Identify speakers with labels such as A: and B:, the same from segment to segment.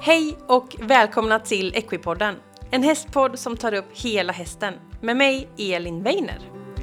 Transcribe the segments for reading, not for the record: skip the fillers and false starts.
A: Hej och välkomna till Equipodden, en hästpodd som tar upp hela hästen, med mig Elin Weiner.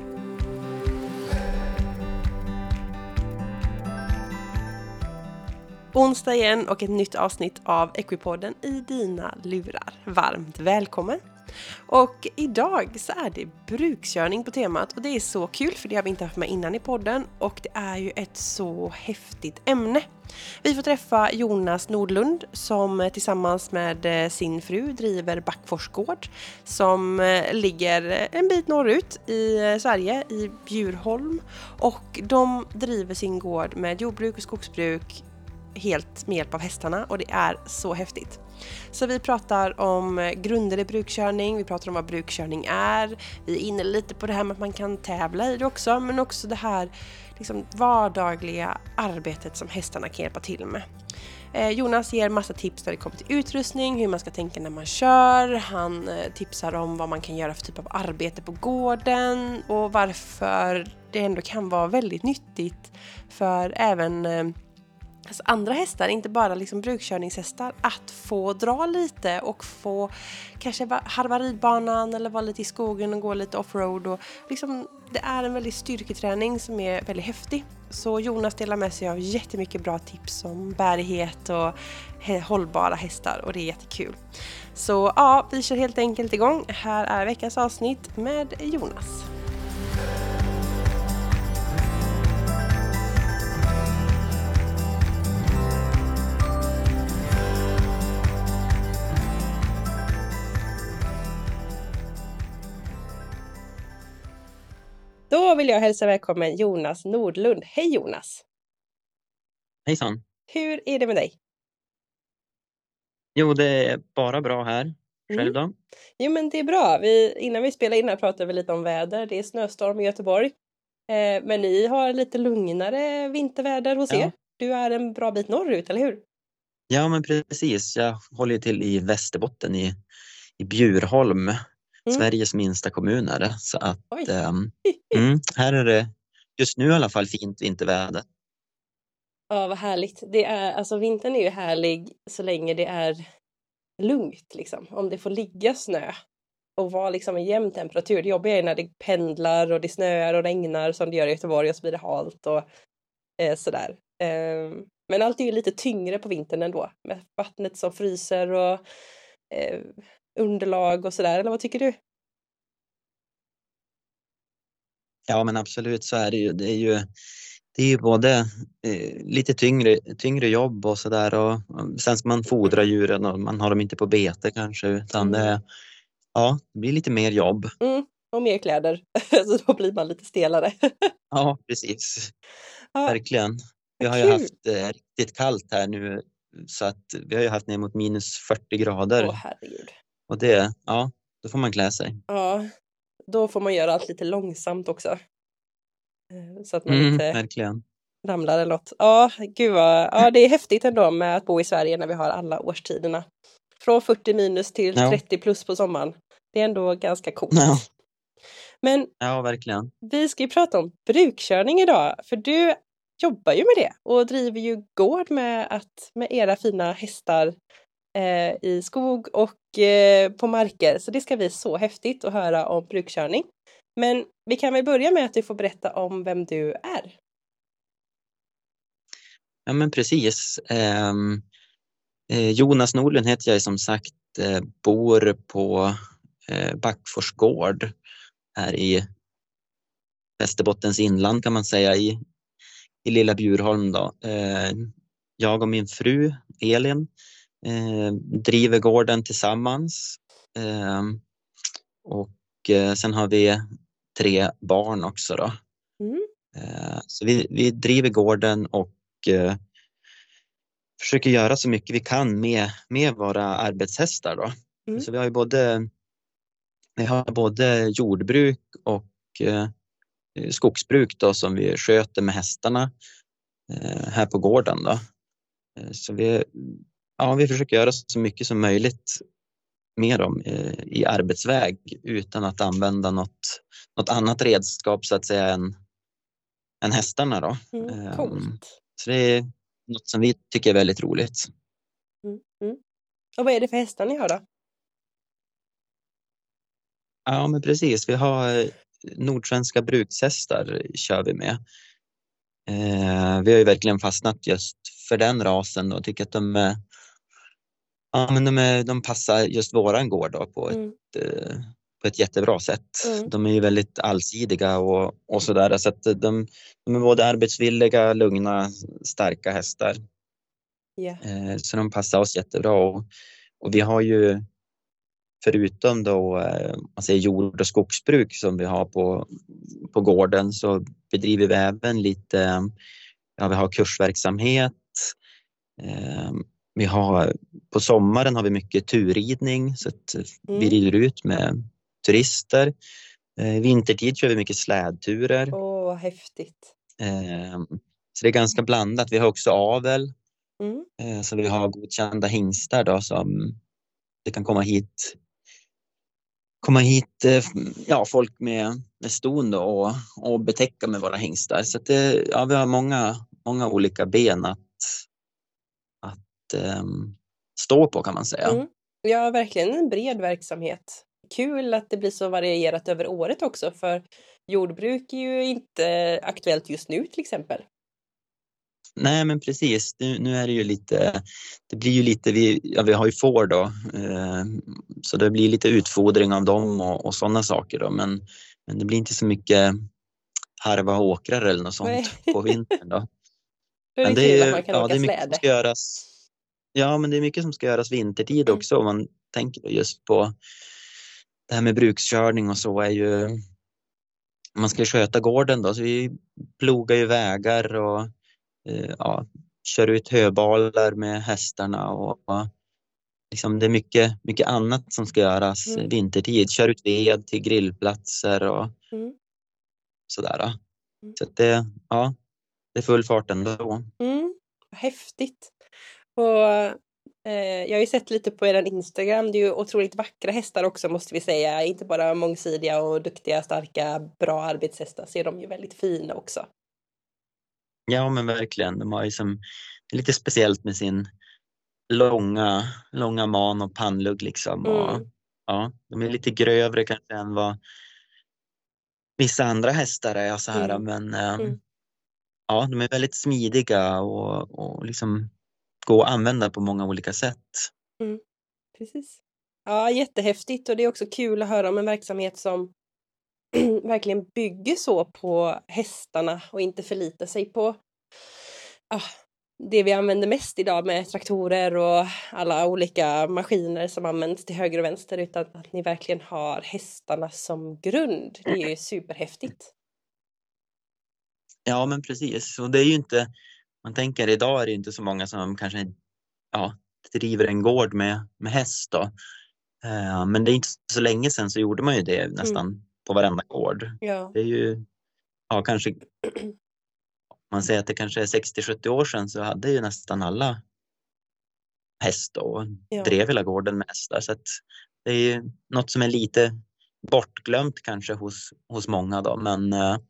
A: Onsdag igen och ett nytt avsnitt av Equipodden i dina lurar. Varmt välkommen! Och idag så är det brukskörning på temat och det är så kul för det har vi inte haft med innan i podden och det är ju ett så häftigt ämne. Vi får träffa Jonas Nordlund som tillsammans med sin fru driver Backfors gård som ligger en bit norrut i Sverige, i Bjurholm. Och de driver sin gård med jordbruk och skogsbruk helt med hjälp av hästarna och det är så häftigt. Så vi pratar om grunder i brukkörning, vi pratar om vad brukkörning är, vi är inne lite på det här med att man kan tävla i det också, men också det här liksom vardagliga arbetet som hästarna kan hjälpa till med. Jonas ger massa tips när det kommer till utrustning, hur man ska tänka när man kör, han tipsar om vad man kan göra för typ av arbete på gården och varför det ändå kan vara väldigt nyttigt för även alltså andra hästar, inte bara liksom brukkörningshästar, att få dra lite och få kanske harva ridbanan eller vara lite i skogen och gå lite offroad. Och liksom, det är en väldigt styrketräning som är väldigt häftig. Så Jonas delar med sig av jättemycket bra tips om bärighet och hållbara hästar och det är jättekul. Så ja, vi kör helt enkelt igång. Här är veckans avsnitt med Jonas. Då vill jag hälsa välkommen Jonas Nordlund. Hej Jonas!
B: Hejsan!
A: Hur är det med dig?
B: Jo, det är bara bra här. Själv då?
A: Jo, men det är bra. Innan vi spelar in här pratar vi lite om väder. Det är snöstorm i Göteborg. Men ni har lite lugnare vinterväder hos er. Du är en bra bit norrut, eller hur?
B: Ja, men precis. Jag håller till i Västerbotten i Bjurholm. Sveriges minsta kommun är det. Så att här är det just nu i alla fall fint vinterväder.
A: Ja, vad härligt. Alltså vintern är ju härlig så länge det är lugnt liksom. Om det får ligga snö och vara liksom en jämn temperatur. Det jobbiga är när det pendlar och det snöar och regnar som det gör i Göteborg och så blir det halt och sådär. Men allt är ju lite tyngre på vintern ändå. Med vattnet som fryser och underlag och sådär. Eller vad tycker du?
B: Ja, men absolut så är det ju. Det är ju både lite tyngre jobb och sådär. Och sen ska man fodra djuren och man har dem inte på bete kanske. Utan det blir lite mer jobb.
A: Och mer kläder. Så då blir man lite stelare.
B: Ja, precis.
A: Ja.
B: Verkligen. Vi har ju haft riktigt kallt här nu så att vi har ju haft ner mot minus 40 grader.
A: Åh, herregud.
B: Och då får man klä sig.
A: Ja, då får man göra allt lite långsamt också. Så att man inte
B: verkligen
A: ramlar eller något. Ja, gud det är häftigt ändå med att bo i Sverige när vi har alla årstiderna. Från 40 minus till 30 plus på sommaren. Det är ändå ganska coolt.
B: Ja.
A: Men
B: verkligen.
A: Vi ska ju prata om brukkörning idag. För du jobbar ju med det. Och driver ju gård med era fina hästar i skog och på marker. Så det ska bli så häftigt att höra om brukkörning. Men vi kan väl börja med att du får berätta om vem du är.
B: Ja, men precis. Jonas Nordlund heter jag som sagt. Bor på Backfors gård här i Västerbottens inland kan man säga, i lilla Bjurholm då. Jag och min fru Elin driver gården tillsammans. Och sen har vi 3 barn också då. Så vi driver gården och försöker göra så mycket vi kan med våra arbetshästar då. Så vi har både jordbruk och skogsbruk då som vi sköter med hästarna här på gården då. Så vi försöker göra så mycket som möjligt med dem i arbetsväg utan att använda något annat redskap så att säga än hästarna då.
A: Coolt.
B: Så det är något som vi tycker är väldigt roligt.
A: Och vad är det för hästar ni har då?
B: Ja, men precis. Vi har nordsvenska brukshästar kör vi med. Vi har ju verkligen fastnat just för den rasen och tycker att de passar just våran gård då på ett jättebra sätt.
A: Mm.
B: De är ju väldigt allsidiga och sådär, så att de är både arbetsvilliga, lugna, starka hästar.
A: Yeah.
B: Så de passar oss jättebra och vi har ju förutom då man säger jord- och skogsbruk som vi har på gården, så bedriver vi även lite, vi har kursverksamhet. Vi har, på sommaren har vi mycket turridning, så att vi rider ut med turister. Vintertid kör vi mycket slädturer.
A: Åh, häftigt.
B: Så det är ganska blandat. Vi har också avel.
A: Mm.
B: Så vi har godkända hingstar då, som det kan komma hit folk med ston då och betäcka med våra hingstar. Så att vi har många olika ben att stå på, kan man säga.
A: Mm. Ja, verkligen en bred verksamhet. Kul att det blir så varierat över året också, för jordbruk är ju inte aktuellt just nu till exempel.
B: Nej, men precis. Nu är det ju lite, det blir ju lite, vi har ju får då, så det blir lite utfodring av dem och sådana saker då, men det blir inte så mycket harva åkrar eller något sånt på vintern då.
A: Då är
B: Men
A: det kul att man kan åka
B: det är mycket som
A: släde.
B: ska göras. Ja, men det är mycket som ska göras vintertid också. Om man tänker då just på det här med brukskörning och så, är ju, man ska sköta gården då, så vi plogar ju vägar och kör ut höbalar med hästarna och liksom det är mycket annat som ska göras vintertid. Kör ut ved till grillplatser och sådär. Så att det är full fart ändå.
A: Häftigt. Och jag har ju sett lite på er Instagram. Det är ju otroligt vackra hästar också, måste vi säga. Inte bara mångsidiga och duktiga, starka, bra arbetshästar. Så är de ju väldigt fina också.
B: Ja, men verkligen. De har ju lite speciellt med sin långa man och pannlugg liksom. Och, de är lite grövre kanske än vad vissa andra hästar är så här. Men de är väldigt smidiga och liksom gå att använda på många olika sätt.
A: Precis. Ja, jättehäftigt, och det är också kul att höra om en verksamhet som verkligen bygger så på hästarna och inte förlitar sig på det vi använder mest idag med traktorer och alla olika maskiner som används till höger och vänster, utan att ni verkligen har hästarna som grund. Det är ju superhäftigt.
B: Ja, men precis. Och det är ju inte, man tänker idag är det inte så många som kanske driver en gård med häst då. Men det är inte så länge sedan så gjorde man ju det nästan på varenda gård.
A: Ja.
B: Det är ju kanske, man säger att det kanske är 60-70 år sedan, så hade ju nästan alla häst och drev hela gården med hästar. Så att det är ju något som är lite bortglömt kanske hos många då. Men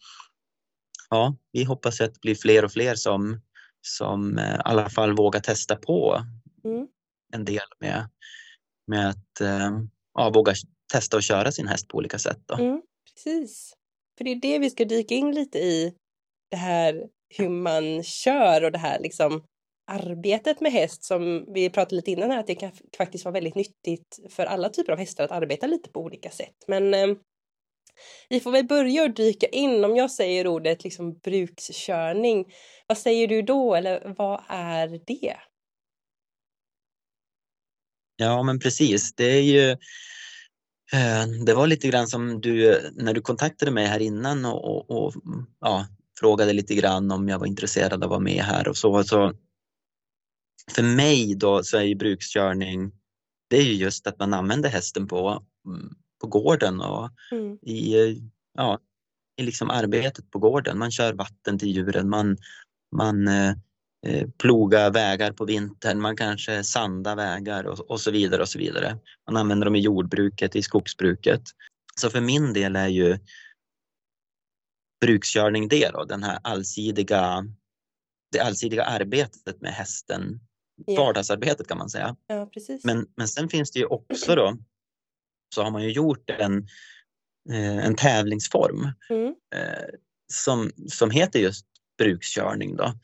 B: vi hoppas att det blir fler och fler som i alla fall vågar testa på en del med att våga testa och köra sin häst på olika sätt då.
A: Precis. För det är det vi ska dyka in lite i, det här hur man kör och det här liksom arbetet med häst, som vi pratade lite innan här, att det kan faktiskt vara väldigt nyttigt för alla typer av hästar att arbeta lite på olika sätt. Men vi får väl börja och dyka in. Om jag säger ordet liksom brukskörning, vad säger du då, eller vad är det?
B: Ja, men precis. Det är ju det var lite grann som du, när du kontaktade mig här innan och frågade lite grann om jag var intresserad av att vara med här och så för mig då så är ju brukskörning, det är ju just att man använder hästen på gården och i liksom arbetet på gården. Man kör vatten till djuren, man plogar vägar på vintern, man kanske sandar vägar och så vidare och så vidare. Man använder dem i jordbruket, i skogsbruket. Så för min del är ju brukskörning det då, det allsidiga arbetet med hästen vardagsarbetet kan man säga.
A: Ja, precis.
B: Men sen finns det ju också då, så har man ju gjort en tävlingsform som heter just brukskörning då.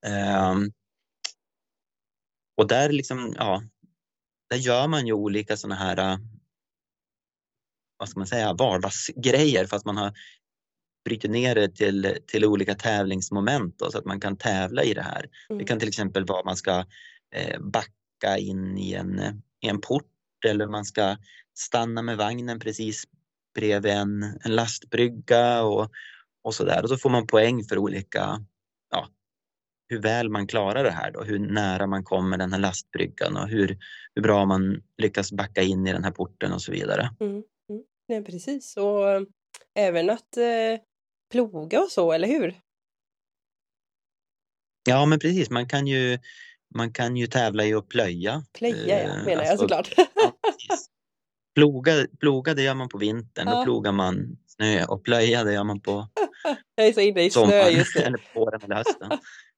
B: Och där liksom, där gör man ju olika såna här, vad ska man säga, vardagsgrejer, fast man har bryter ner det till olika tävlingsmoment då, så att man kan tävla i det här. Det kan till exempel vara att man ska backa in i en port, eller man ska stanna med vagnen precis bredvid en lastbrygga och så där. Och så får man poäng för olika, hur väl man klarar det här då, hur nära man kommer den här lastbryggan och hur bra man lyckas backa in i den här porten och så vidare.
A: Nej, precis. Och även att ploga och så, eller hur?
B: Ja, men precis. Man kan ju tävla i att plöja.
A: Plöja, menar jag såklart.
B: Ja, precis. Ploga, det gör man på vintern. Då plogar man snö, och plöja, det gör man på
A: jag är så inne i
B: sommaren,
A: snö just nu.
B: eller på våren eller hösten.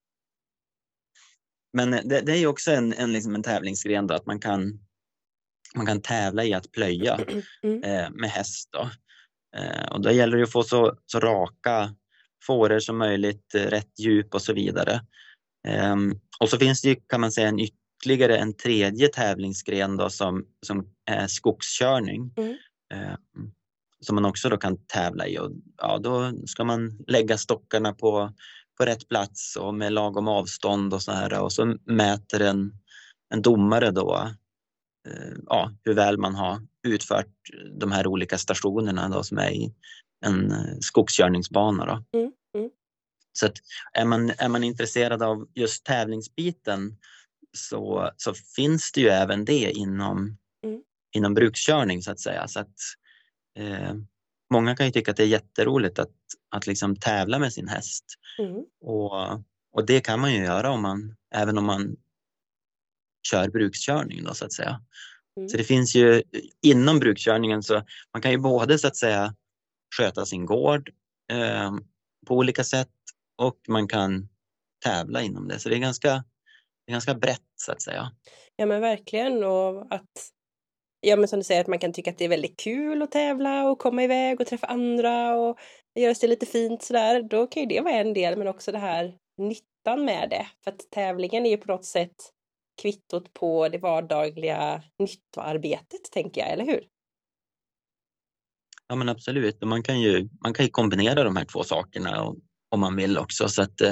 B: Men det är ju också liksom en tävlingsgren då, att man kan tävla i att plöja med häst då. Och då gäller det att få så raka fåror som möjligt, rätt djup och så vidare. Och så finns det ju, kan man säga, ytterligare en tredje tävlingsgren då, som är skogskörning. Som man också då kan tävla i. Och då ska man lägga stockarna på rätt plats och med lagom avstånd och så här. Och så mäter en domare då hur väl man har utfört de här olika stationerna då, som är i en skogskörningsbana då. Så att är man intresserad av just tävlingsbiten så finns det ju även det inom brukskörning, så att säga. Så att många kan ju tycka att det är jätteroligt att liksom tävla med sin häst. Och det kan man ju göra även om man kör brukskörning då, så att säga. Så det finns ju inom brukskörningen, så man kan ju både, så att säga, sköta sin gård på olika sätt, och man kan tävla inom det. Så det är ganska brett, så att säga.
A: Ja, men verkligen. Och att, men som du säger, att man kan tycka att det är väldigt kul att tävla och komma iväg och träffa andra och göra sig lite fint sådär. Då kan ju det vara en del, men också det här nyttan med det. För att tävlingen är ju på något sätt kvittot på det vardagliga nyttoarbetet, tänker jag, eller hur?
B: Ja, men absolut. Och man kan ju kombinera de här två sakerna om man vill också. Så att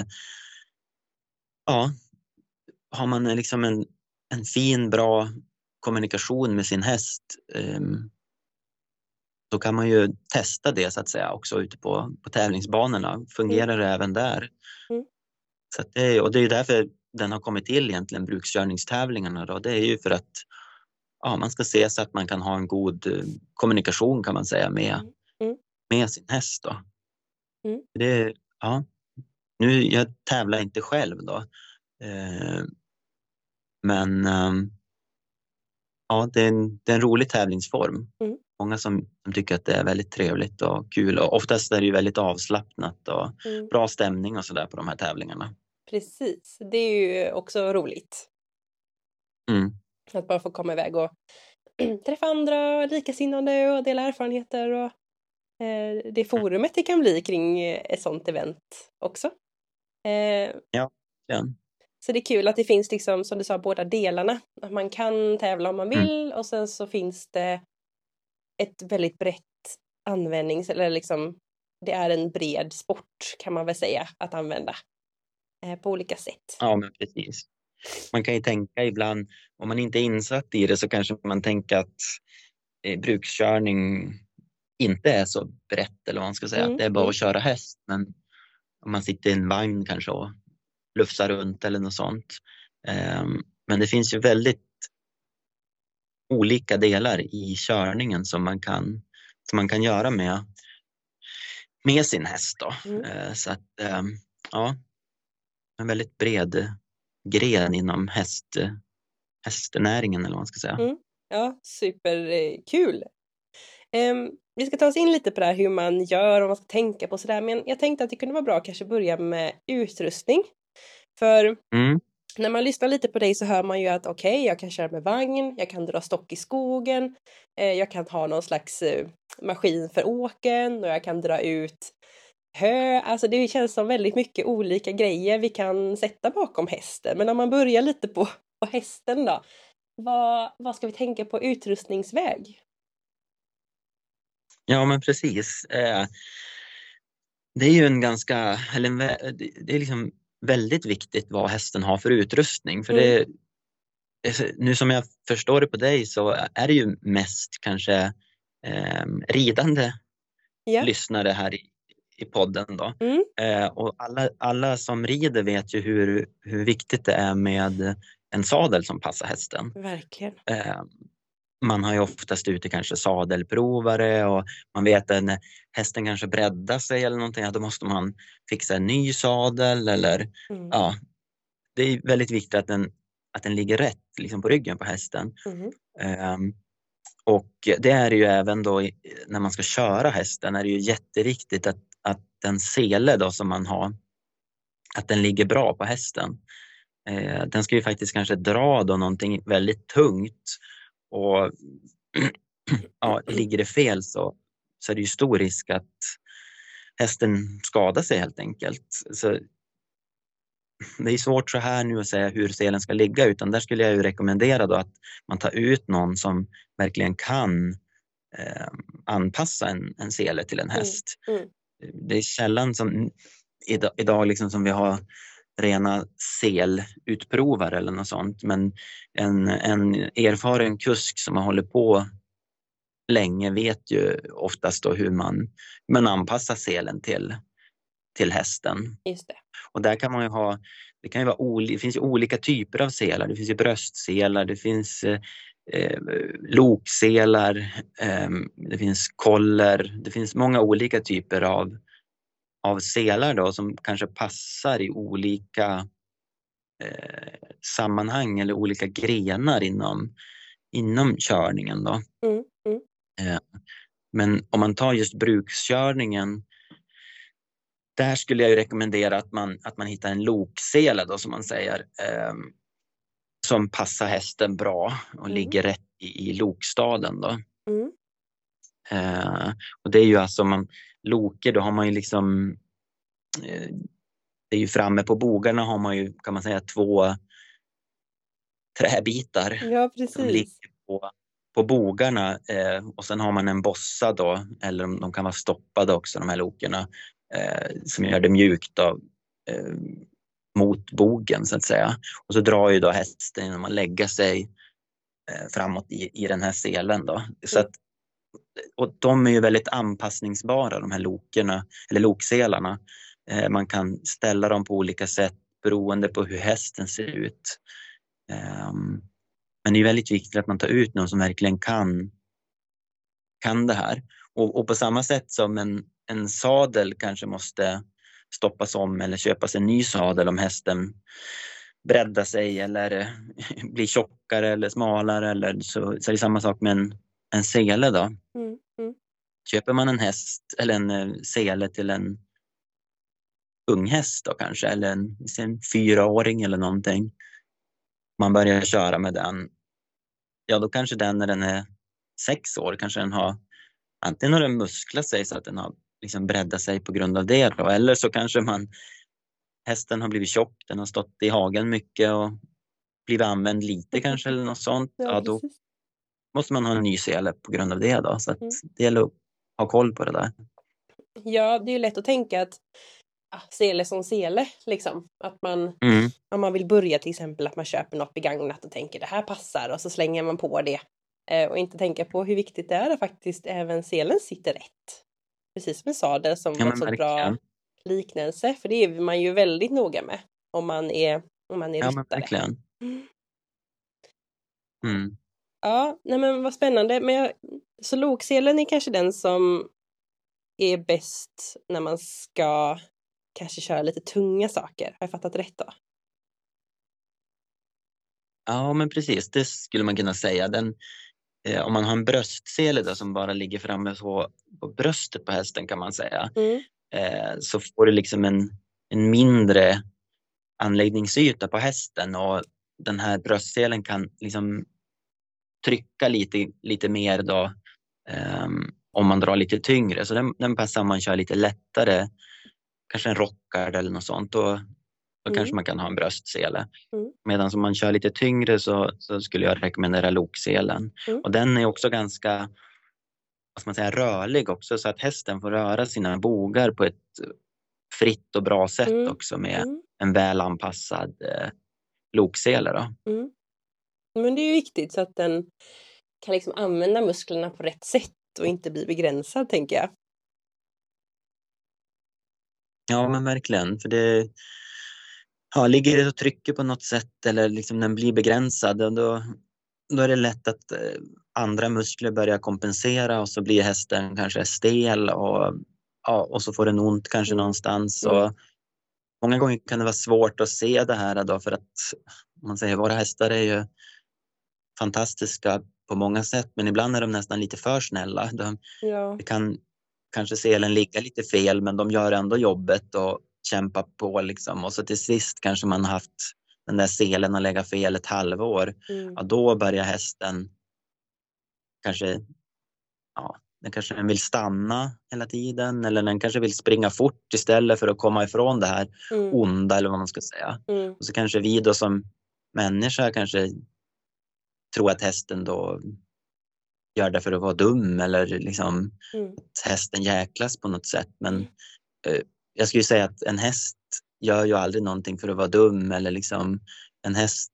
B: har man liksom en fin, bra kommunikation med sin häst, så kan man ju testa det, så att säga, också ute på tävlingsbanorna. Fungerar det även där? Så att och det är ju därför den har kommit till egentligen, brukskörningstävlingarna då. Det är ju för att man ska se så att man kan ha en god kommunikation, kan man säga, med sin häst då. Det, nu, jag tävlar inte själv då. Men det är en rolig tävlingsform. Många som tycker att det är väldigt trevligt och kul. Och oftast är det ju väldigt avslappnat och bra stämning och sådär på de här tävlingarna.
A: Precis, det är ju också roligt. Att bara få komma iväg och träffa andra likasinnade och dela erfarenheter. Och det forumet det kan bli kring ett sånt event också.
B: Ja.
A: Så det är kul att det finns, liksom, som du sa, båda delarna. Att man kan tävla om man vill, och sen så finns det ett väldigt brett användnings... Eller liksom, det är en bred sport, kan man väl säga, att använda på olika sätt.
B: Ja, men precis. Man kan ju tänka ibland, om man inte är insatt i det, så kanske man tänker att brukskörning inte är så brett, eller vad man ska säga. Att det är bara att köra häst. Men om man sitter i en vagn kanske och lufsar runt eller något sånt. Men det finns ju väldigt olika delar i körningen som man kan göra med sin häst då. Så att en väldigt bred gren inom hästnäringen, eller vad man ska säga.
A: Ja, superkul. Vi ska ta oss in lite på det här, hur man gör och vad man ska tänka på sådär. Men jag tänkte att det kunde vara bra att kanske börja med utrustning. För när man lyssnar lite på dig så hör man ju att okej, jag kan köra med vagn, jag kan dra stock i skogen, jag kan ha någon slags maskin för åken och jag kan dra ut hö. Alltså det känns som väldigt mycket olika grejer vi kan sätta bakom hästen. Men om man börjar lite på hästen då, vad ska vi tänka på utrustningsväg?
B: Ja, men precis. Det är ju det är liksom väldigt viktigt vad hästen har för utrustning. För nu som jag förstår det på dig så är det ju mest kanske ridande lyssnare här i podden då. Och alla som rider vet ju hur viktigt det är med en sadel som passar hästen.
A: Verkligen.
B: Man har ju oftast ute kanske sadelprovare och man vet att när hästen kanske breddar sig eller någonting, ja, då måste man fixa en ny sadel eller ja, det är väldigt viktigt att den ligger rätt liksom på ryggen på hästen. Och det är ju även då när man ska köra hästen är det ju jätteviktigt att den sele då som man har, att den ligger bra på hästen. Den ska ju faktiskt kanske dra då någonting väldigt tungt och ja, ligger det fel så är det ju stor risk att hästen skadar sig helt enkelt. Så det är svårt så här nu att säga hur selen ska ligga, utan där skulle jag ju rekommendera då att man tar ut någon som verkligen kan anpassa en sele till en häst. Det är sällan som idag liksom som vi har rena selutprovare eller något sånt, men en erfaren kusk som har hållit på länge vet ju oftast då hur man anpassar selen till hästen.
A: Just det.
B: Och där kan man ju ha, det finns ju olika typer av selar. Det finns ju bröstselar, det finns lokselar, det finns koller, det finns många olika typer av selar då som kanske passar i olika sammanhang eller olika grenar inom körningen då. Men om man tar just brukskörningen, där skulle jag ju rekommendera att man hittar en loksele då som man säger, som passar hästen bra och ligger rätt i lokstaden då. Och det är ju alltså loker, då har man ju liksom det är ju framme på bogarna har man ju, kan man säga, 2 träbitar.
A: Ja, precis.
B: Som ligger på bogarna och sen har man en bossa då, eller de kan vara stoppade också, de här lokerna, som gör det mjukt då, mot bogen så att säga. Och så drar ju då hästen genom att lägga sig framåt i den här selen då. Så att, och de är ju väldigt anpassningsbara, de här lokerna eller lokselarna. Man kan ställa dem på olika sätt beroende på hur hästen ser ut. Men det är väldigt viktigt att man tar ut någon som verkligen kan det här. Och på samma sätt som en sadel kanske måste stoppas om eller köpas en ny sadel om hästen breddar sig eller blir tjockare eller smalare, eller så är det samma sak med en sele då. Köper man en häst eller en sele till en ung häst då kanske, eller en 4-åring eller någonting, man börjar köra med den, ja då kanske den när den är 6 år kanske den har antingen har den musklat sig så att den har liksom breddat sig på grund av det då, eller så kanske hästen har blivit tjock, den har stått i hagen mycket och blivit använd lite kanske eller något sånt. Ja, då måste man ha en ny sele på grund av det då, så att det gäller att ha koll på det där. Ja,
A: det är ju lätt att tänka att sele som sele liksom, att man om man vill börja till exempel att man köper något begagnat och tänker det här passar och så slänger man på det och inte tänka på hur viktigt det är att faktiskt även selen sitter rätt. Precis som en sadel som var så bra liknelse, för det är man ju väldigt noga med om man är ryttare.
B: Men verkligen.
A: Ja, nej men vad spännande. Så lokselen är kanske den som är bäst när man ska kanske köra lite tunga saker. Har jag fattat rätt då?
B: Ja, men precis. Det skulle man kunna säga. Om man har en bröstsele då, som bara ligger framme på bröstet på hästen kan man säga. Så får du liksom en mindre anläggningsyta på hästen och den här bröstselen kan liksom trycka lite mer då om man drar lite tyngre. Så den passar om man kör lite lättare, kanske en rockard eller något sånt. Då kanske man kan ha en bröstsele. Medan om man kör lite tyngre så skulle jag rekommendera lokselen. Och den är också ganska, vad ska man säga, rörlig också, så att hästen får röra sina bogar på ett fritt och bra sätt också med en väl anpassad loksele då.
A: Men det är ju viktigt så att den kan liksom använda musklerna på rätt sätt och inte bli begränsad, tänker jag.
B: Ja, men verkligen. För det ligger det och trycker på något sätt eller liksom den blir begränsad, då är det lätt att andra muskler börjar kompensera och så blir hästen kanske stel och så får den ont kanske någonstans. Och många gånger kan det vara svårt att se det här då, för att man säger våra hästar är ju fantastiska på många sätt, men ibland är de nästan lite för snälla. Det kan kanske selen ligga lite fel, men de gör ändå jobbet och kämpar på liksom. Och så till sist kanske man har haft den där selen att lägga fel ett halvår. Ja, då börjar hästen kanske, den kanske vill stanna hela tiden, eller den kanske vill springa fort istället för att komma ifrån det här onda, eller vad man ska säga. Och så kanske vi då som människa kanske tror att hästen då gör det för att vara dum, eller liksom att hästen jäklas på något sätt. Men jag skulle säga att en häst gör ju aldrig någonting för att vara dum, eller liksom en häst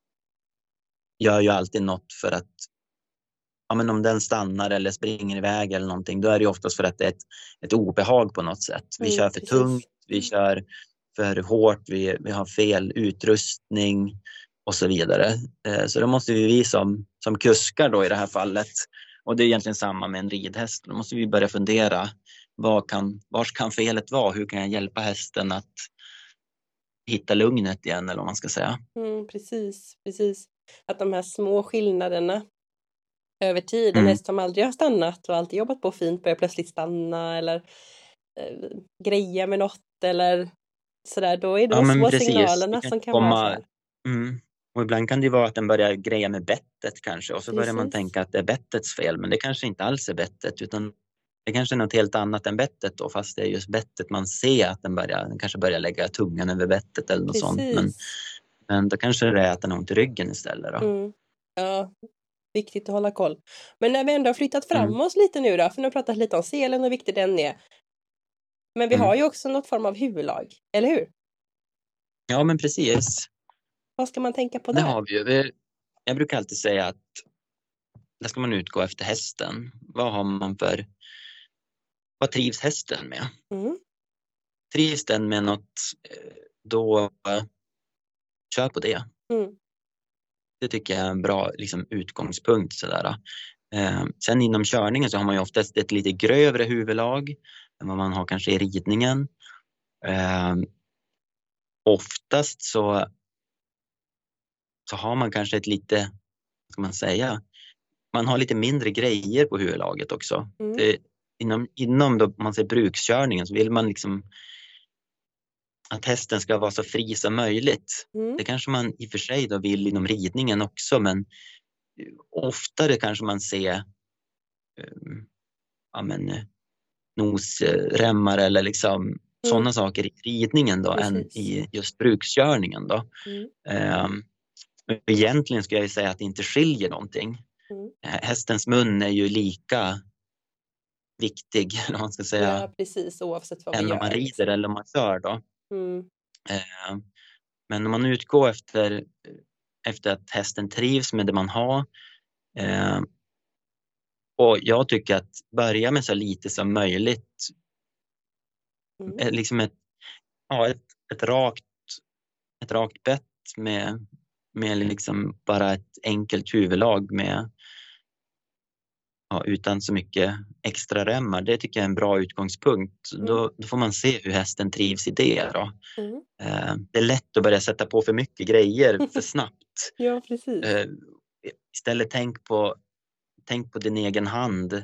B: gör ju alltid något för att, men om den stannar eller springer iväg eller någonting, då är det ju oftast för att det är ett obehag på något sätt. Vi kör för tungt, vi kör för hårt, vi har fel utrustning och så vidare. Så då måste vi som kuskar då i det här fallet, och det är egentligen samma med en ridhäst, då måste vi börja fundera, var kan felet vara? Hur kan jag hjälpa hästen att hitta lugnet igen, eller vad man ska säga.
A: Precis. Att de här små skillnaderna över tid, en häst som aldrig har stannat och alltid jobbat på fint börjar plötsligt stanna eller greja med något eller sådär, då är det de små signalerna som kan vara så här.
B: Och ibland kan det vara att den börjar greja med bettet kanske, och så börjar man tänka att det är bettets fel, men det kanske inte alls är bettet, utan det kanske är något helt annat än bettet då, fast det är just bettet man ser att den kanske börjar lägga tungan över bettet eller något sånt, men då kanske det är att den har ont i ryggen istället då.
A: Ja, viktigt att hålla koll. Men när vi ändå har flyttat fram oss lite nu då, för nu har vi pratat lite om selen och hur viktig den är. Men vi har ju också något form av huvudlag, eller hur?
B: Ja, men precis.
A: Vad ska man tänka på där?
B: Det har vi ju. Jag brukar alltid säga att där ska man utgå efter hästen. Vad trivs hästen med? Trivs den med något, då kör på det. Det tycker jag är en bra liksom, utgångspunkt. Sådär. Sen inom körningen så har man ju oftast ett lite grövre huvudlag än vad man har kanske i ridningen. Oftast så har man kanske ett lite, vad ska man säga, man har lite mindre grejer på huvudlaget också. Inom då, man säger brukskörningen, så vill man liksom att hästen ska vara så fri som möjligt. Det kanske man i och för sig då vill inom ridningen också, men oftare kanske man ser nosremmar eller liksom sådana saker i ridningen då, än i just brukskörningen då. Egentligen skulle jag säga att det inte skiljer någonting. Hästens mun är ju lika viktig, eller vad man ska säga.
A: Ja, precis, oavsett vad vi gör.
B: Än om man rider eller om man kör då. Men om man utgår efter att hästen trivs med det man har. Och jag tycker att börja med så lite som möjligt. Liksom ett rakt bett med liksom bara ett enkelt huvudlag med utan så mycket extra remmar. Det tycker jag är en bra utgångspunkt. Då får man se hur hästen trivs i det då. Det är lätt att börja sätta på för mycket grejer för snabbt.
A: Ja, precis.
B: Istället tänk på din egen hand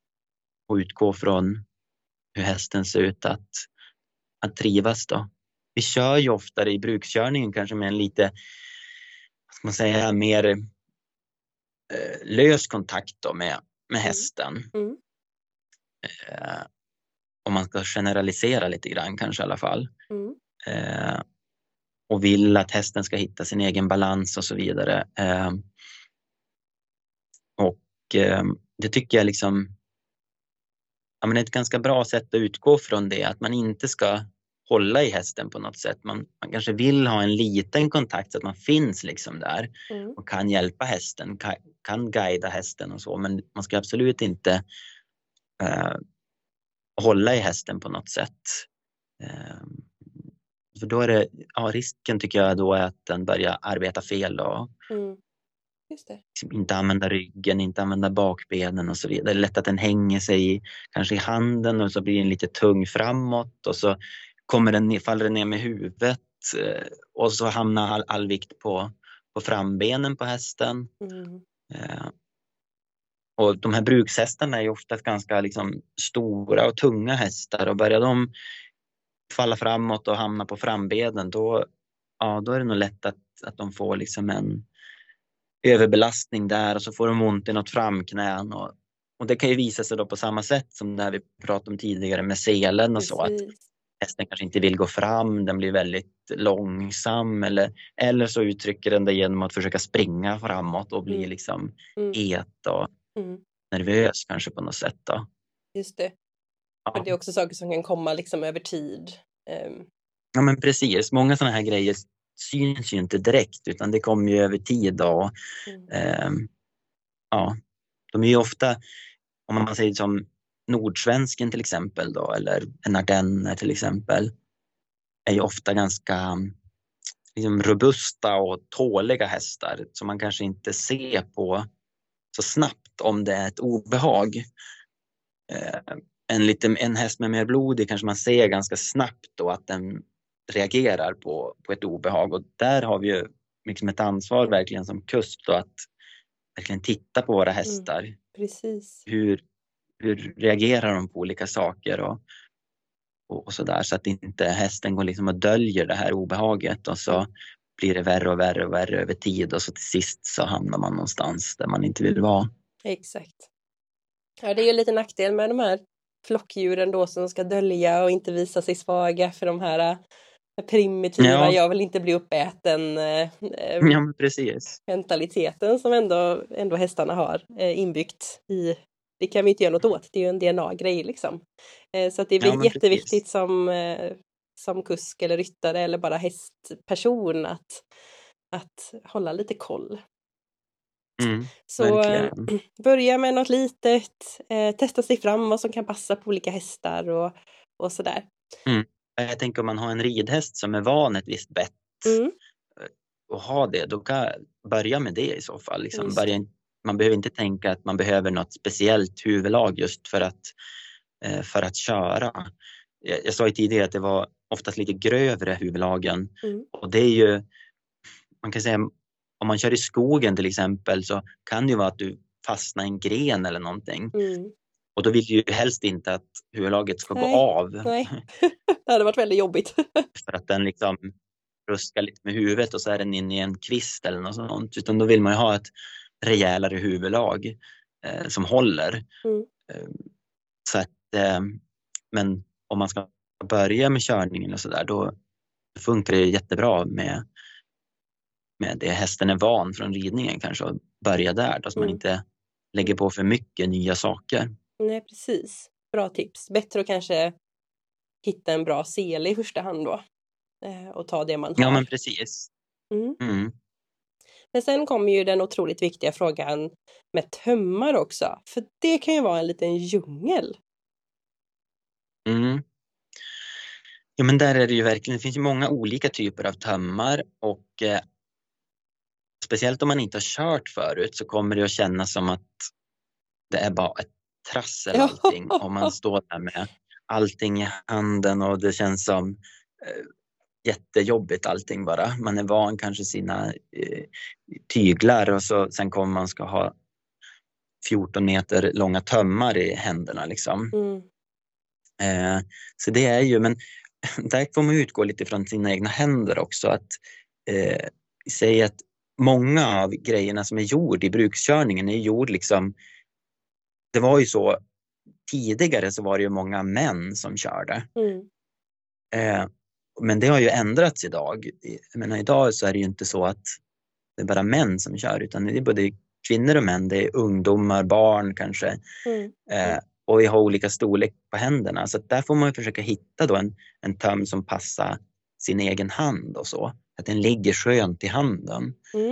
B: och utgå från hur hästen ser ut att trivas då. vi kör ju oftare i brukskörningen kanske med en lite, vad ska man säga, mer lös kontakt då med hästen.
A: Mm.
B: Om man ska generalisera lite grann kanske i alla fall.
A: Mm.
B: Och vill att hästen ska hitta sin egen balans och så vidare. Det tycker jag liksom, ja, men ett ganska bra sätt att utgå från det, att man inte ska hålla i hästen på något sätt. Man kanske vill ha en liten kontakt så att man finns liksom där och kan hjälpa hästen, kan guida hästen och så, men man ska absolut inte hålla i hästen på något sätt. För då är det, ja, risken tycker jag då är att den börjar arbeta fel och
A: Just det.
B: inte använda ryggen, inte använda bakbenen och så vidare. Det är lätt att den hänger sig kanske i handen och så blir den lite tung framåt och så faller den ner med huvudet och så hamnar all vikt på frambenen på hästen. Och de här brukshästarna är ju oftast ganska liksom stora och tunga hästar, och börjar de falla framåt och hamna på frambenen, då är det nog lätt att de får liksom en överbelastning där, och så får de ont i något framknän, och det kan ju visa sig då på samma sätt som det vi pratade om tidigare med selen och så, att hästen kanske inte vill gå fram, den blir väldigt långsam eller så uttrycker den det genom att försöka springa framåt och bli liksom het och nervös kanske på något sätt då.
A: Just det.
B: Ja.
A: Och det är också saker som kan komma liksom över tid.
B: Ja, men precis. Många sådana här grejer syns ju inte direkt, utan det kommer ju över tid då. Ja, de är ju ofta, om man säger som nordsvensken till exempel då, eller en ardenner till exempel, är ju ofta ganska liksom robusta och tåliga hästar som man kanske inte ser på så snabbt om det är ett obehag. En häst med mer blod, det kanske man ser ganska snabbt då att den reagerar på ett obehag, och där har vi ju liksom ett ansvar verkligen som kusk då, att verkligen titta på våra hästar.
A: Precis.
B: Hur reagerar de på olika saker och sådär, så att inte hästen går liksom och döljer det här obehaget, och så blir det värre och värre och värre över tid, och så till sist så hamnar man någonstans där man inte vill vara.
A: Exakt. Ja, det är ju lite nackdel med de här flockdjuren då som ska dölja och inte visa sig svaga för de här primitiva, jag vill inte bli uppäten
B: men precis.
A: mentaliteten som ändå hästarna har inbyggt i. Det kan vi inte göra något åt, det är ju en DNA-grej liksom. Så att det blir jätteviktigt som kusk eller ryttare eller bara hästperson att hålla lite koll. Så börja med något litet, testa sig fram vad som kan passa på olika hästar och sådär.
B: Jag tänker om man har en ridhäst som är van ett visst bett och ha det, då kan börja med det i så fall. Liksom. Man behöver inte tänka att man behöver något speciellt huvudlag just för att köra. Jag sa ju tidigare att det var oftast lite grövre huvudlagen, och det är ju, man kan säga, om man kör i skogen till exempel, så kan det ju vara att du fastnar i en gren eller någonting. Och då vill du ju helst inte att huvudlaget ska gå av.
A: Nej, det hade varit väldigt jobbigt.
B: För att den liksom ruskar lite med huvudet och så är den inne i en kvist eller något sånt. Utan då vill man ju ha ett rejälare huvudlag som håller. Så att, men om man ska börja med körningen och sådär, då funkar det jättebra med det hästen är van från ridningen kanske, att börja där då, så man inte lägger på för mycket nya saker.
A: Nej, precis. Bra tips. Bättre att kanske hitta en bra sele i första hand då. Och ta det man har.
B: Ja, men precis.
A: Men sen kommer ju den otroligt viktiga frågan med tömmar också. För det kan ju vara en liten djungel.
B: Ja, men där är det ju verkligen, det finns ju många olika typer av tömmar, och speciellt om man inte har kört förut så kommer det att kännas som att det är bara ett trassel allting. Om man står där med allting i handen och det känns som jättejobbigt allting bara. Man är van kanske sina tyglar, och så sen kommer man ska ha 14 meter långa tömmar i händerna liksom. Så det är ju, men där får man utgå lite från sina egna händer också. Att säga att många av grejerna som är gjord i brukskörningen är gjord liksom, det var ju så tidigare, så var det ju många män som körde. Men det har ju ändrats idag. Jag menar, idag så är det ju inte så att det är bara män som kör, utan det är både kvinnor och män, det är ungdomar, barn kanske. Och vi har olika storlek på händerna, så att där får man försöka hitta då en töm som passar sin egen hand och så. Att den ligger skönt i handen.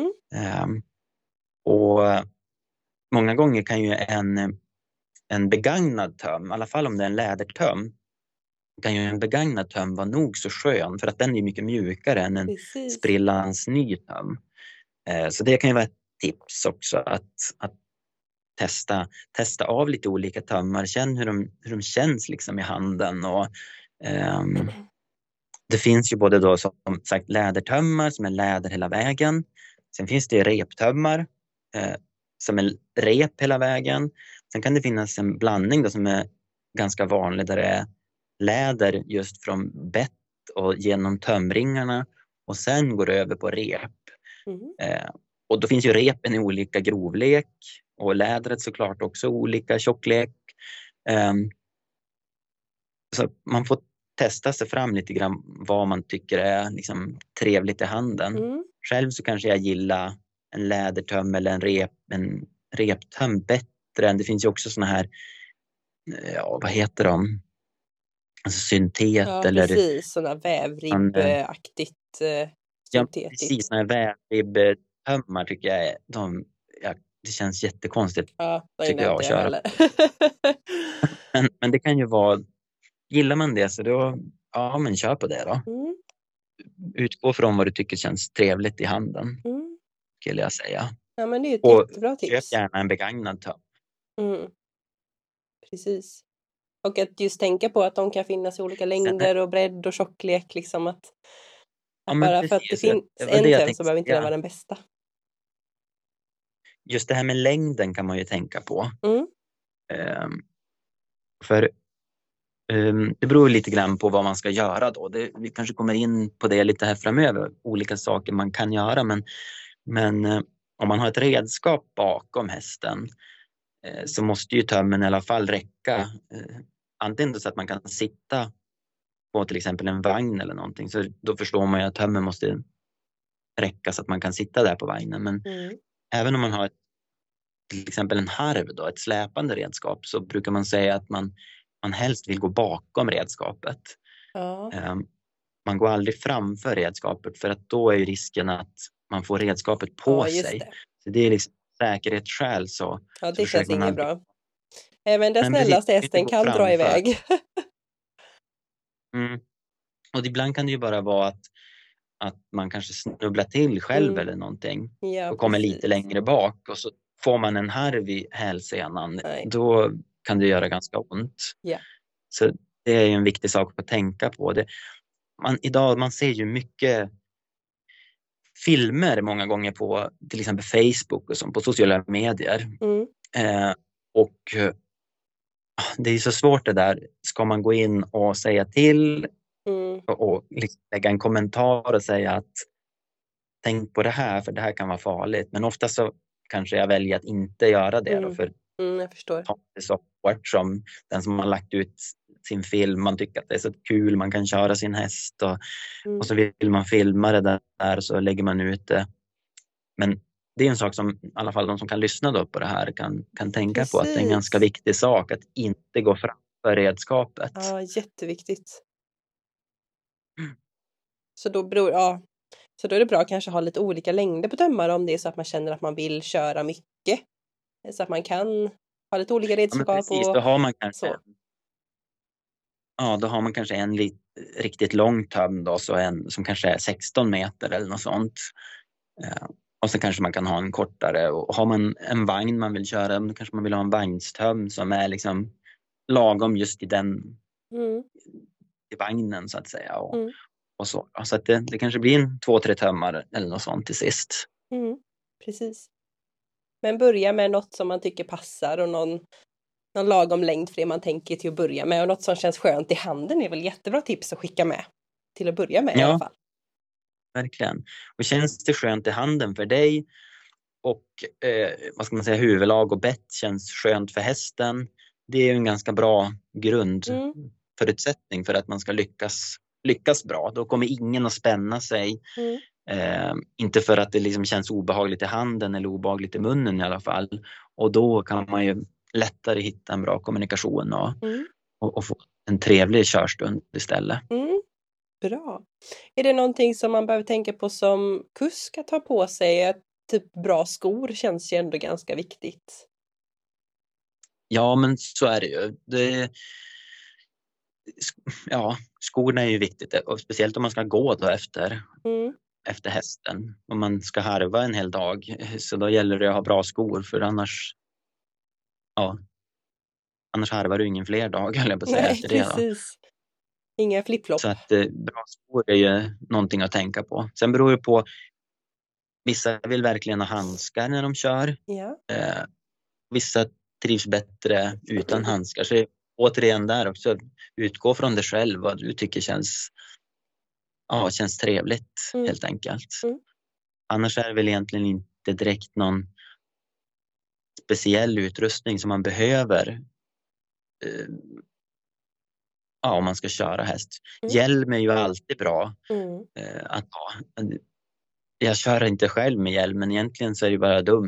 B: Och många gånger kan ju en begagnad töm, i alla fall om det är en lädertöm, kan ju en begagnad töm vara nog så skön, för att den är mycket mjukare än en sprillans ny töm. Så det kan ju vara ett tips också, att testa av lite olika tömmar, känn hur de känns liksom i handen. Och det finns ju både då som sagt lädertömmar som är läder hela vägen. Sen finns det reptömmar som är rep hela vägen. Sen kan det finnas en blandning då som är ganska vanlig, där det är läder just från bett och genom tömringarna, och sen går det över på rep. Och då finns ju repen i olika grovlek, och lädret såklart också olika tjocklek. Så man får testa sig fram lite grann vad man tycker är liksom trevligt i handen. Själv så kanske jag gillar en lädertöm eller en reptöm bättre än, det finns ju också såna här, ja, vad heter de? Alltså syntet,
A: ja,
B: eller
A: precis, sådana vävribbaktigt.
B: Ja, precis, såna här vävribbtömmar tycker jag det känns jättekonstigt, tycker jag, att köra. men det kan ju vara, gillar man det så då, ja, men kör på det då. Utgå från vad du tycker känns trevligt i handen, skulle jag säga.
A: Ja, men det är ett jättebra tips.
B: Köp gärna en begagnad töm.
A: Precis. Och att just tänka på att de kan finnas i olika längder och bredd och tjocklek, liksom att bara precis, för att det finns en töm så behöver inte den vara den bästa.
B: Just det här med längden kan man ju tänka på. För det beror lite grann på vad man ska göra då. Vi kanske kommer in på det lite här framöver, olika saker man kan göra, men om man har ett redskap bakom hästen så måste ju tömmen i alla fall räcka. Antingen så att man kan sitta på till exempel en vagn eller någonting, så då förstår man ju att tömmen måste räcka så att man kan sitta där på vagnen. Men även om man har till exempel en harv då, ett släpande redskap, så brukar man säga att man helst vill gå bakom redskapet. Man går aldrig framför redskapet, för att då är ju risken att man får redskapet på sig. Så det är liksom säkerhetsskäl.
A: Ja, det känns inget bra. Även den snällaste hästen kan dra iväg.
B: Och ibland kan det ju bara vara att man kanske snubblar till själv eller någonting. Och kommer lite längre bak, och så får man en harv i hälsenan. Då kan det göra ganska ont. Så det är ju en viktig sak att tänka på. Idag man ser ju mycket filmer många gånger på till exempel Facebook och på sociala medier. Och det är så svårt det där. Ska man gå in och säga till och liksom lägga en kommentar och säga att tänk på det här, för det här kan vara farligt. Men ofta så kanske jag väljer att inte göra det då, för
A: jag förstår.
B: Det är så hårt som den som har lagt ut sin film. Man tycker att det är så kul, man kan köra sin häst och så vill man filma det där, så lägger man ut det. Men det är en sak som i alla fall de som kan lyssna då på det här kan tänka på, att det är en ganska viktig sak att inte gå framför redskapet.
A: Ja, jätteviktigt. Så då är det bra att kanske ha lite olika längder på tömmar, om det är så att man känner att man vill köra mycket. Så att man kan ha lite olika redskap.
B: Ja, precis, då har man kanske då har man kanske en riktigt lång töm då, så en som kanske är 16 meter eller något sånt. Och så kanske man kan ha en kortare, och har man en vagn man vill köra, då kanske man vill ha en vagnstöm som är liksom lagom just i den i vagnen så att säga. Och så att det kanske blir 2-3 tömmar eller något sånt till sist.
A: Precis. Men börja med något som man tycker passar, och någon lagom längd för det man tänker till att börja med. Och något som känns skönt i handen är väl jättebra tips att skicka med. Till att börja med i alla fall.
B: Verkligen. Och känns det skönt i handen för dig och vad ska man säga, huvudlag och bett känns skönt för hästen. Det är ju en ganska bra grundförutsättning för att man ska lyckas bra. Då kommer ingen att spänna sig. Inte för att det liksom känns obehagligt i handen eller obehagligt i munnen i alla fall. Och då kan man ju lättare hitta en bra kommunikation och få en trevlig körstund istället.
A: Bra. Är det någonting som man behöver tänka på som kusk att ta på sig? Att typ bra skor känns ju ändå ganska viktigt.
B: Ja, men så är det ju. Skorna är ju viktigt. Och speciellt om man ska gå då efter hästen. Om man ska harva en hel dag. Så då gäller det att ha bra skor. För annars harvar du ingen fler dagar, höll jag på att säga.
A: Nej,
B: efter det,
A: precis. Inga flip-flop.
B: Så att bra skor är ju någonting att tänka på. Sen beror det på. Vissa vill verkligen ha handskar när de kör.
A: Ja.
B: Vissa trivs bättre utan handskar. Så återigen där också, utgå från dig själv vad du tycker känns trevligt helt enkelt. Annars är det väl egentligen inte direkt någon speciell utrustning som man behöver om man ska köra häst. Hjälm är ju alltid bra att ha. Jag kör inte själv med hjälm, men egentligen så är det bara dumt.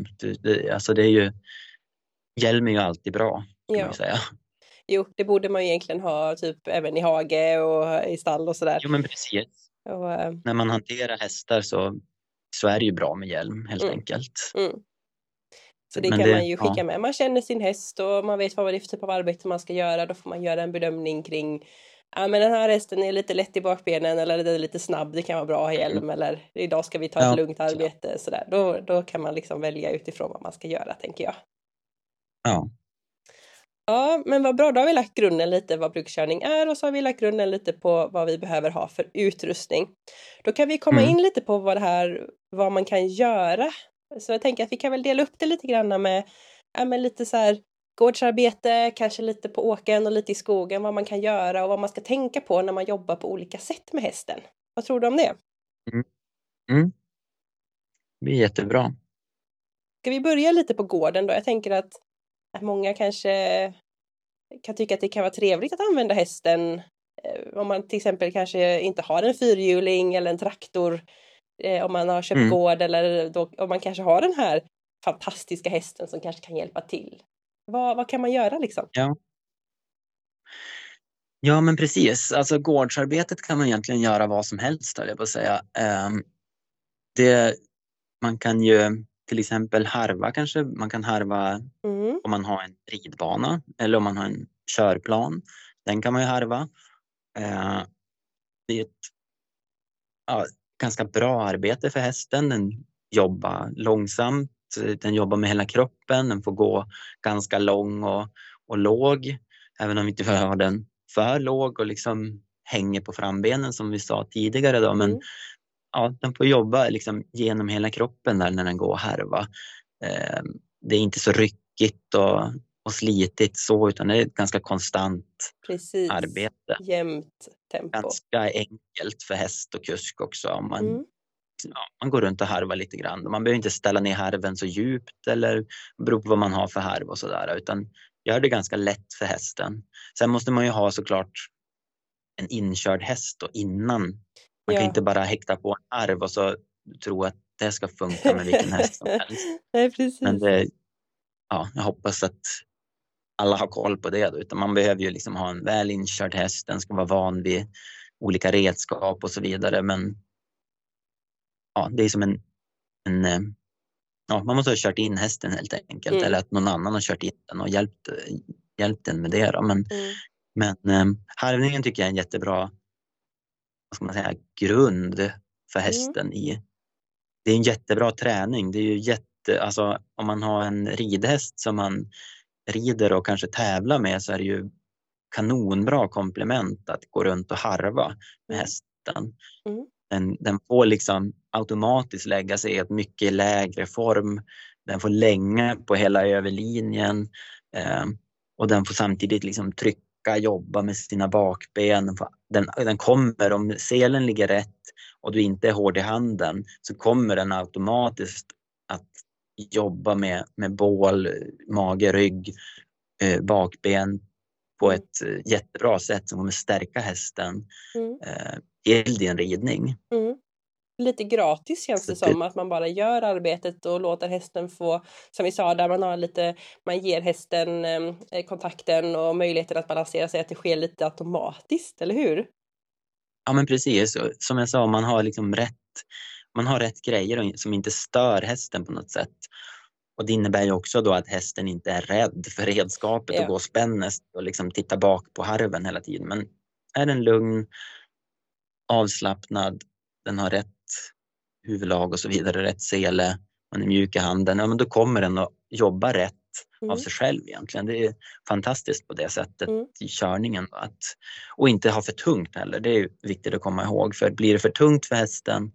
B: Hjälm är ju alltid bra, kan man säga.
A: Jo, det borde man ju egentligen ha typ även i hage och i stall och sådär.
B: Jo, men precis. När man hanterar hästar så är det ju bra med hjälm, helt enkelt.
A: Så det kan man ju skicka med. Man känner sin häst och man vet vad det är för typ av arbete man ska göra. Då får man göra en bedömning kring men den här hästen är lite lätt i bakbenen eller den är lite snabb, det kan vara bra att ha hjälm eller idag ska vi ta ett lugnt arbete. Sådär. Då kan man liksom välja utifrån vad man ska göra, tänker jag. Ja, men vad bra, då har vi lagt grunden lite vad brukskörning är och så har vi lagt grunden lite på vad vi behöver ha för utrustning. Då kan vi komma in lite på vad man kan göra. Så jag tänker att vi kan väl dela upp det lite grann med lite så här gårdsarbete, kanske lite på åkern och lite i skogen, vad man kan göra och vad man ska tänka på när man jobbar på olika sätt med hästen. Vad tror du om det?
B: Det är jättebra.
A: Ska vi börja lite på gården då? Jag tänker att många kanske kan tycka att det kan vara trevligt att använda hästen om man till exempel kanske inte har en fyrhjuling eller en traktor, om man har köpt gård eller om man kanske har den här fantastiska hästen som kanske kan hjälpa till. Vad kan man göra liksom?
B: Ja, men precis. Alltså gårdsarbetet kan man egentligen göra vad som helst, höll jag på att säga. Man kan ju till exempel harva kanske. Man kan harva om man har en ridbana eller om man har en körplan. Den kan man ju harva. Det är ett ganska bra arbete för hästen. Den jobbar långsamt. Den jobbar med hela kroppen. Den får gå ganska lång och låg. Även om vi inte har den för låg och liksom hänger på frambenen som vi sa tidigare då. Men den får jobba liksom genom hela kroppen där när den går och harva. Det är inte så ryckigt och slitigt så, utan det är ett ganska konstant arbete.
A: Jämnt tempo.
B: Ganska enkelt för häst och kusk också. Om man går runt och harvar lite grann. Man behöver inte ställa ner harven så djupt eller beror på vad man har för harv och sådär, utan gör det ganska lätt för hästen. Sen måste man ju ha såklart en inkörd häst då innan. Man kan inte bara häkta på en harv och så tro att det ska funka med vilken häst som helst.
A: Nej, precis.
B: Men jag hoppas att alla har koll på det då, utan man behöver ju liksom ha en väl inkörd häst. Den ska vara van vid olika redskap och så vidare, men det är som man måste ha kört in hästen helt enkelt, eller att någon annan har kört in den och hjälpt den med det då. Men harvningen tycker jag är en jättebra, vad ska man säga, grund för hästen det är en jättebra träning. Det är ju alltså om man har en ridhäst som man rider och kanske tävlar med, så är det ju kanonbra komplement att gå runt och harva med hästen. Den får liksom automatiskt lägga sig i ett mycket lägre form. Den får länga på hela överlinjen. Och den får samtidigt liksom trycka, jobba med sina bakben. Den kommer, om selen ligger rätt och du inte är hård i handen, så kommer den automatiskt att jobba med bål, mage, rygg, bakben på ett jättebra sätt som kommer stärka hästen i din ridning.
A: Lite gratis känns
B: Så
A: det som, att man bara gör arbetet och låter hästen få, som vi sa, där man ger hästen kontakten och möjligheten att balansera sig, att det sker lite automatiskt, eller hur?
B: Ja, men precis. Som jag sa, man har rätt grejer som inte stör hästen på något sätt. Och det innebär ju också då att hästen inte är rädd för redskapet och går spännes och liksom tittar bak på harven hela tiden. Men är den lugn, avslappnad, den har rätt huvudlag och så vidare, rätt sele, man är mjuk i handen, ja, men då kommer den att jobba rätt av sig själv egentligen. Det är fantastiskt på det sättet i körningen. Och inte ha för tungt heller, det är viktigt att komma ihåg. För blir det för tungt för hästen,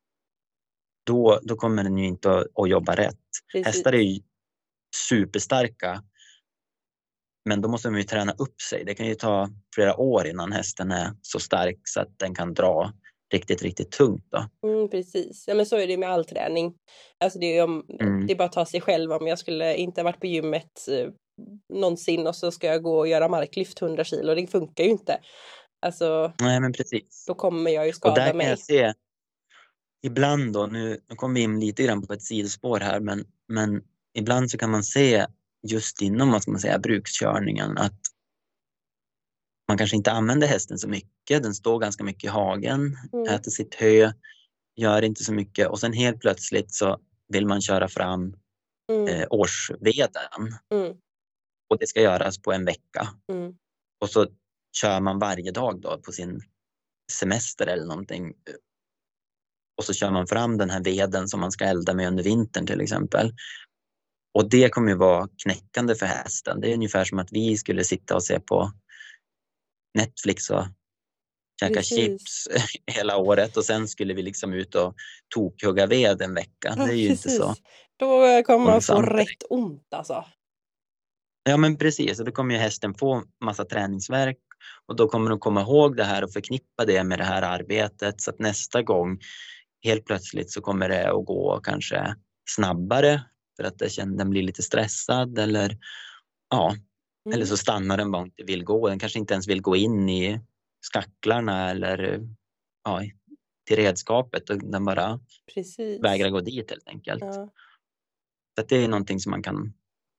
B: då kommer den ju inte att jobba rätt. Precis. Hästar är ju superstarka, men då måste de ju träna upp sig. Det kan ju ta flera år innan hästen är så stark så att den kan dra riktigt, riktigt tungt då.
A: Precis. Ja, men så är det med all träning. Alltså det är bara att ta sig själv. Om jag skulle inte ha varit på gymmet någonsin och så ska jag gå och göra marklyft 100 kilo. Det funkar ju inte. Alltså,
B: nej, men precis.
A: Då kommer jag ju skada mig. Och där kan jag
B: se, ibland då, nu kommer vi in lite grann på ett sidospår här, men ibland så kan man se just inom, vad ska man säga, brukskörningen, att man kanske inte använder hästen så mycket. Den står ganska mycket i hagen, äter sitt hö, gör inte så mycket. Och sen helt plötsligt så vill man köra fram årsveden. Och det ska göras på en vecka. Och så kör man varje dag då på sin semester eller någonting. Och så kör man fram den här veden som man ska elda med under vintern till exempel. Och det kommer ju vara knäckande för hästen. Det är ungefär som att vi skulle sitta och se på Netflix och käka chips hela året och sen skulle vi liksom ut och tokhugga ved en vecka. Det är ju inte så.
A: Då kommer man få rätt ont alltså.
B: Ja, men precis. Och då kommer ju hästen få massa träningsvärk och då kommer de komma ihåg det här och förknippa det med det här arbetet, så att nästa gång helt plötsligt så kommer det att gå kanske snabbare för att den blir lite stressad eller eller så stannar den bara inte vill gå. Den kanske inte ens vill gå in i skacklarna eller till redskapet, och den bara vägrar gå dit helt enkelt. Så att det är någonting som man kan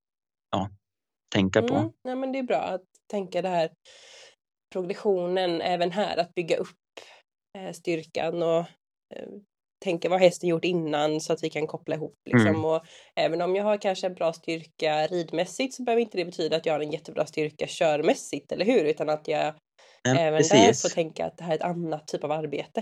B: tänka på.
A: Ja, men det är bra att tänka det här progressionen även här, att bygga upp styrkan och tänka vad hästen gjort innan så att vi kan koppla ihop liksom. Och även om jag har kanske en bra styrka ridmässigt så behöver inte det betyda att jag har en jättebra styrka körmässigt, eller hur? Utan att jag även där får tänka att det här är ett annat typ av arbete.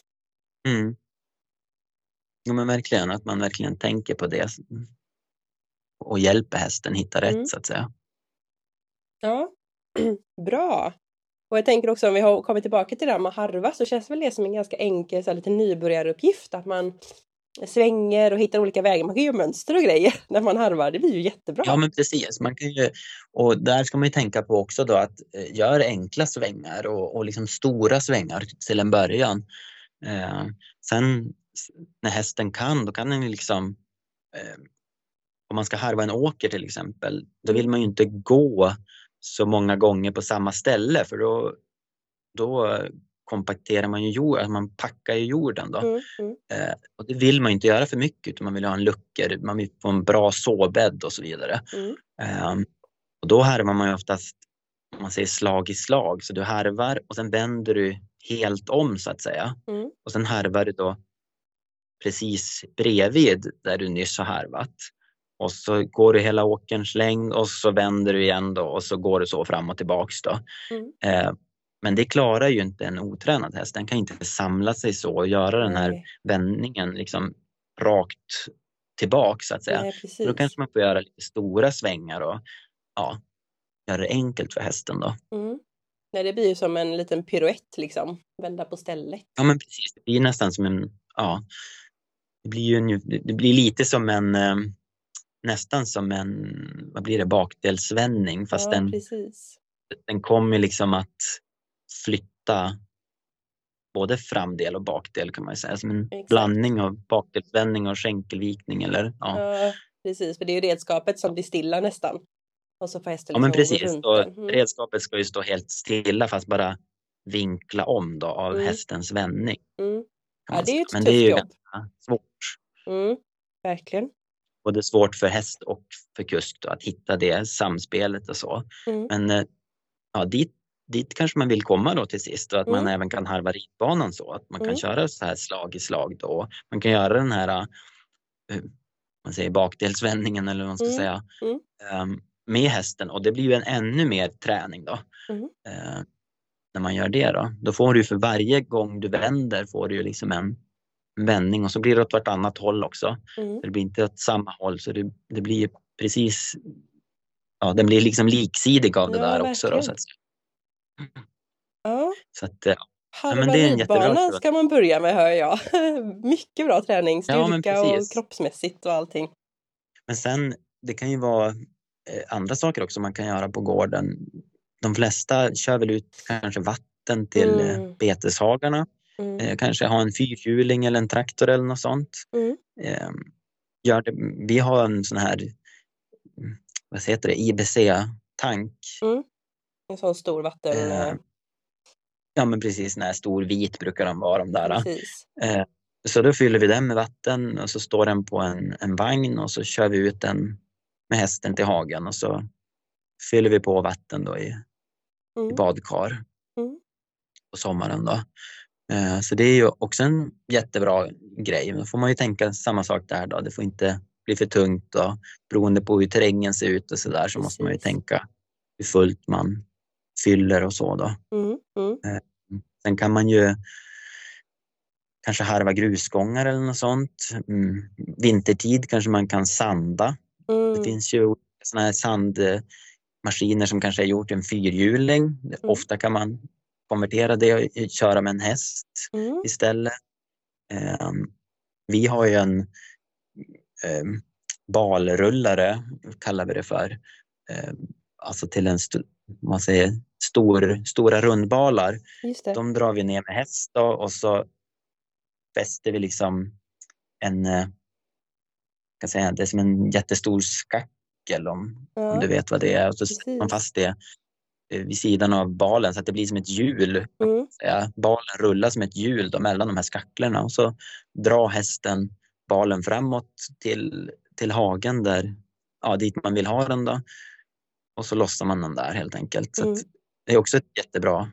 B: Ja, men verkligen, att man verkligen tänker på det och hjälper hästen hitta rätt så att säga.
A: Ja, bra. Och jag tänker också, om vi har kommit tillbaka till det här med harva, så känns väl det som en ganska enkel, så här, lite nybörjaruppgift, att man svänger och hittar olika vägar. Man kan ju mönster och grejer när man harvar. Det blir ju jättebra.
B: Ja, men precis. Man kan ju, och där ska man ju tänka på också då att göra enkla svängar och liksom stora svängar till en början. Sen när hästen kan, då kan den ju liksom om man ska harva en åker till exempel, då vill man ju inte gå så många gånger på samma ställe, för då kompakterar man ju jorden, man packar ju jorden då. Och det vill man ju inte göra för mycket, utan man vill ha en luckor, man vill få en bra såbädd och så vidare. Och då harvar man ju oftast, om man säger slag i slag, så du harvar och sen vänder du helt om så att säga. Och sen harvar du då precis bredvid där du nyss har harvat. Och så går du hela åkerns längd och så vänder du igen då och så går du så fram och tillbaks då. Men det klarar ju inte en otränad häst. Den kan inte samla sig så och göra den här vändningen liksom rakt tillbaks så att säga. Nej, då kanske man får göra lite stora svängar och göra det enkelt för hästen då.
A: Nej, det blir ju som en liten piruett liksom. Vända på stället.
B: Ja, men precis. Det blir nästan som en, det blir lite som en nästan som en, vad blir det, bakdelsvändning, fast
A: Ja, precis.
B: den kommer liksom att flytta både framdel och bakdel, kan man ju säga, som en
A: Exakt.
B: blandning av bakdelsvändning och skänkelvikning, eller ja.
A: Ja, precis. För det är ju redskapet som blir stilla nästan. Och så får hästen
B: Ja, men
A: liksom gå
B: precis.
A: runt
B: Och
A: den.
B: redskapet ska ju stå helt stilla, fast bara vinkla om då av hästens vändning.
A: Mm.
B: Kan
A: Ja,
B: man
A: det är ju
B: säga.
A: ett
B: Men det är
A: tufft
B: ju
A: jobb.
B: ganska svårt.
A: Verkligen.
B: Både svårt för häst och för kusk då, att hitta det samspelet och så. Men ja, dit kanske man vill komma då till sist, och att man även kan harva ritbanan så att man kan köra så här slag i slag då. Man kan göra den här man säger bakdelsvändningen, eller vad man ska säga, med hästen, och det blir ju en ännu mer träning då. När man gör det då får du, för varje gång du vänder får du ju liksom en vändning, och så blir det åt vartannat håll också. Det blir inte åt samma håll, så det blir precis, ja, den blir liksom liksidig av det där också då, så att säga.
A: Ja.
B: Så att,
A: Harva
B: men det är en jättebra
A: ridbana ska man börja med, hör jag. Mycket bra träning, styrka och kroppsmässigt och allting.
B: Men sen, det kan ju vara andra saker också man kan göra på gården. De flesta kör väl ut kanske vatten till beteshagarna. Kanske ha en fyrhjuling eller en traktor eller något sånt. Vi har en sån här, vad heter det, IBC-tank.
A: En sån stor vatten...
B: Ja, men precis, när stor vit brukar de vara, de där. Så då fyller vi den med vatten, och så står den på en vagn, och så kör vi ut den med hästen till hagen, och så fyller vi på vatten då i badkar på sommaren då. Så det är ju också en jättebra grej. Då får man ju tänka samma sak där då. Det får inte bli för tungt, och beroende på hur terrängen ser ut och så där, så måste man ju tänka hur fullt man fyller och så då. Sen kan man ju kanske harva grusgångar eller något sånt. Vintertid kanske man kan sanda. Det finns ju såna här sandmaskiner som kanske är gjort en fyrhjuling. Ofta kan man konvertera det och köra med en häst istället. Vi har ju en balrullare, kallar vi det för. Alltså till en man säger stora rundbalar. De drar vi ner med häst då, och så fäster vi liksom kan säga, det är som en jättestor skackel, om du vet vad det är, och så sätter man fast det vid sidan av balen, så att det blir som ett hjul. Balen rullar som ett hjul då mellan de här skacklorna, och så drar hästen balen framåt till hagen där, dit man vill ha den då, och så lossar man den där helt enkelt. Så att det är också ett jättebra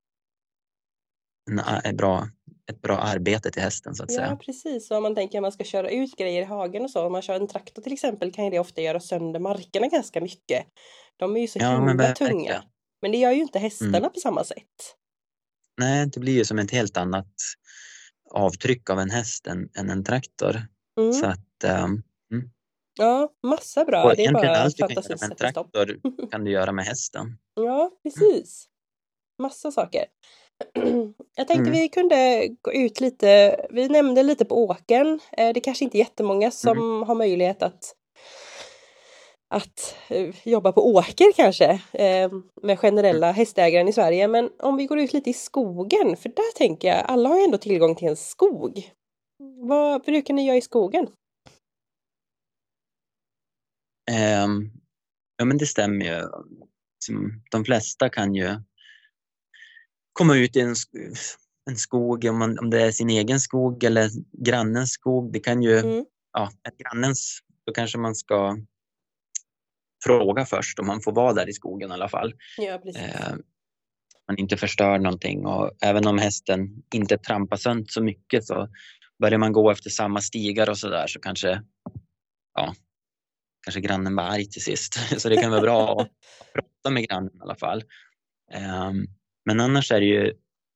B: ett bra arbete till hästen, så att säga.
A: Ja, precis. Och om man tänker att man ska köra ut grejer i hagen och så. Om man kör en traktor till exempel, kan ju det ofta göra sönder markerna ganska mycket. De är ju så himla tunga. Men det gör ju inte hästarna på samma sätt.
B: Nej, det blir ju som ett helt annat avtryck av en häst än en traktor. Så att...
A: Ja, massa bra.
B: Och
A: det är bara
B: allt du kan
A: fantastiskt
B: göra med en traktor kan du göra med hästen.
A: Ja, precis. Massa saker. Jag tänkte vi kunde gå ut lite. Vi nämnde lite på åkern. Det är kanske inte jättemånga som har möjlighet att jobba på åker kanske. Med generella hästägaren i Sverige. Men om vi går ut lite i skogen. För där tänker jag, alla har ju ändå tillgång till en skog. Vad brukar ni göra i skogen?
B: Ja, men det stämmer ju. De flesta kan ju komma ut i en skog, om det är sin egen skog eller grannens skog. Det kan ju, grannens, då kanske man ska fråga först om man får vara där i skogen i alla fall.
A: Ja, precis.
B: Man inte förstör någonting, och även om hästen inte trampar sönder så mycket, så börjar man gå efter samma stigar och så där, så kanske grannen var arg till sist. Så det kan vara bra att prata med grannen i alla fall. Men annars är det ju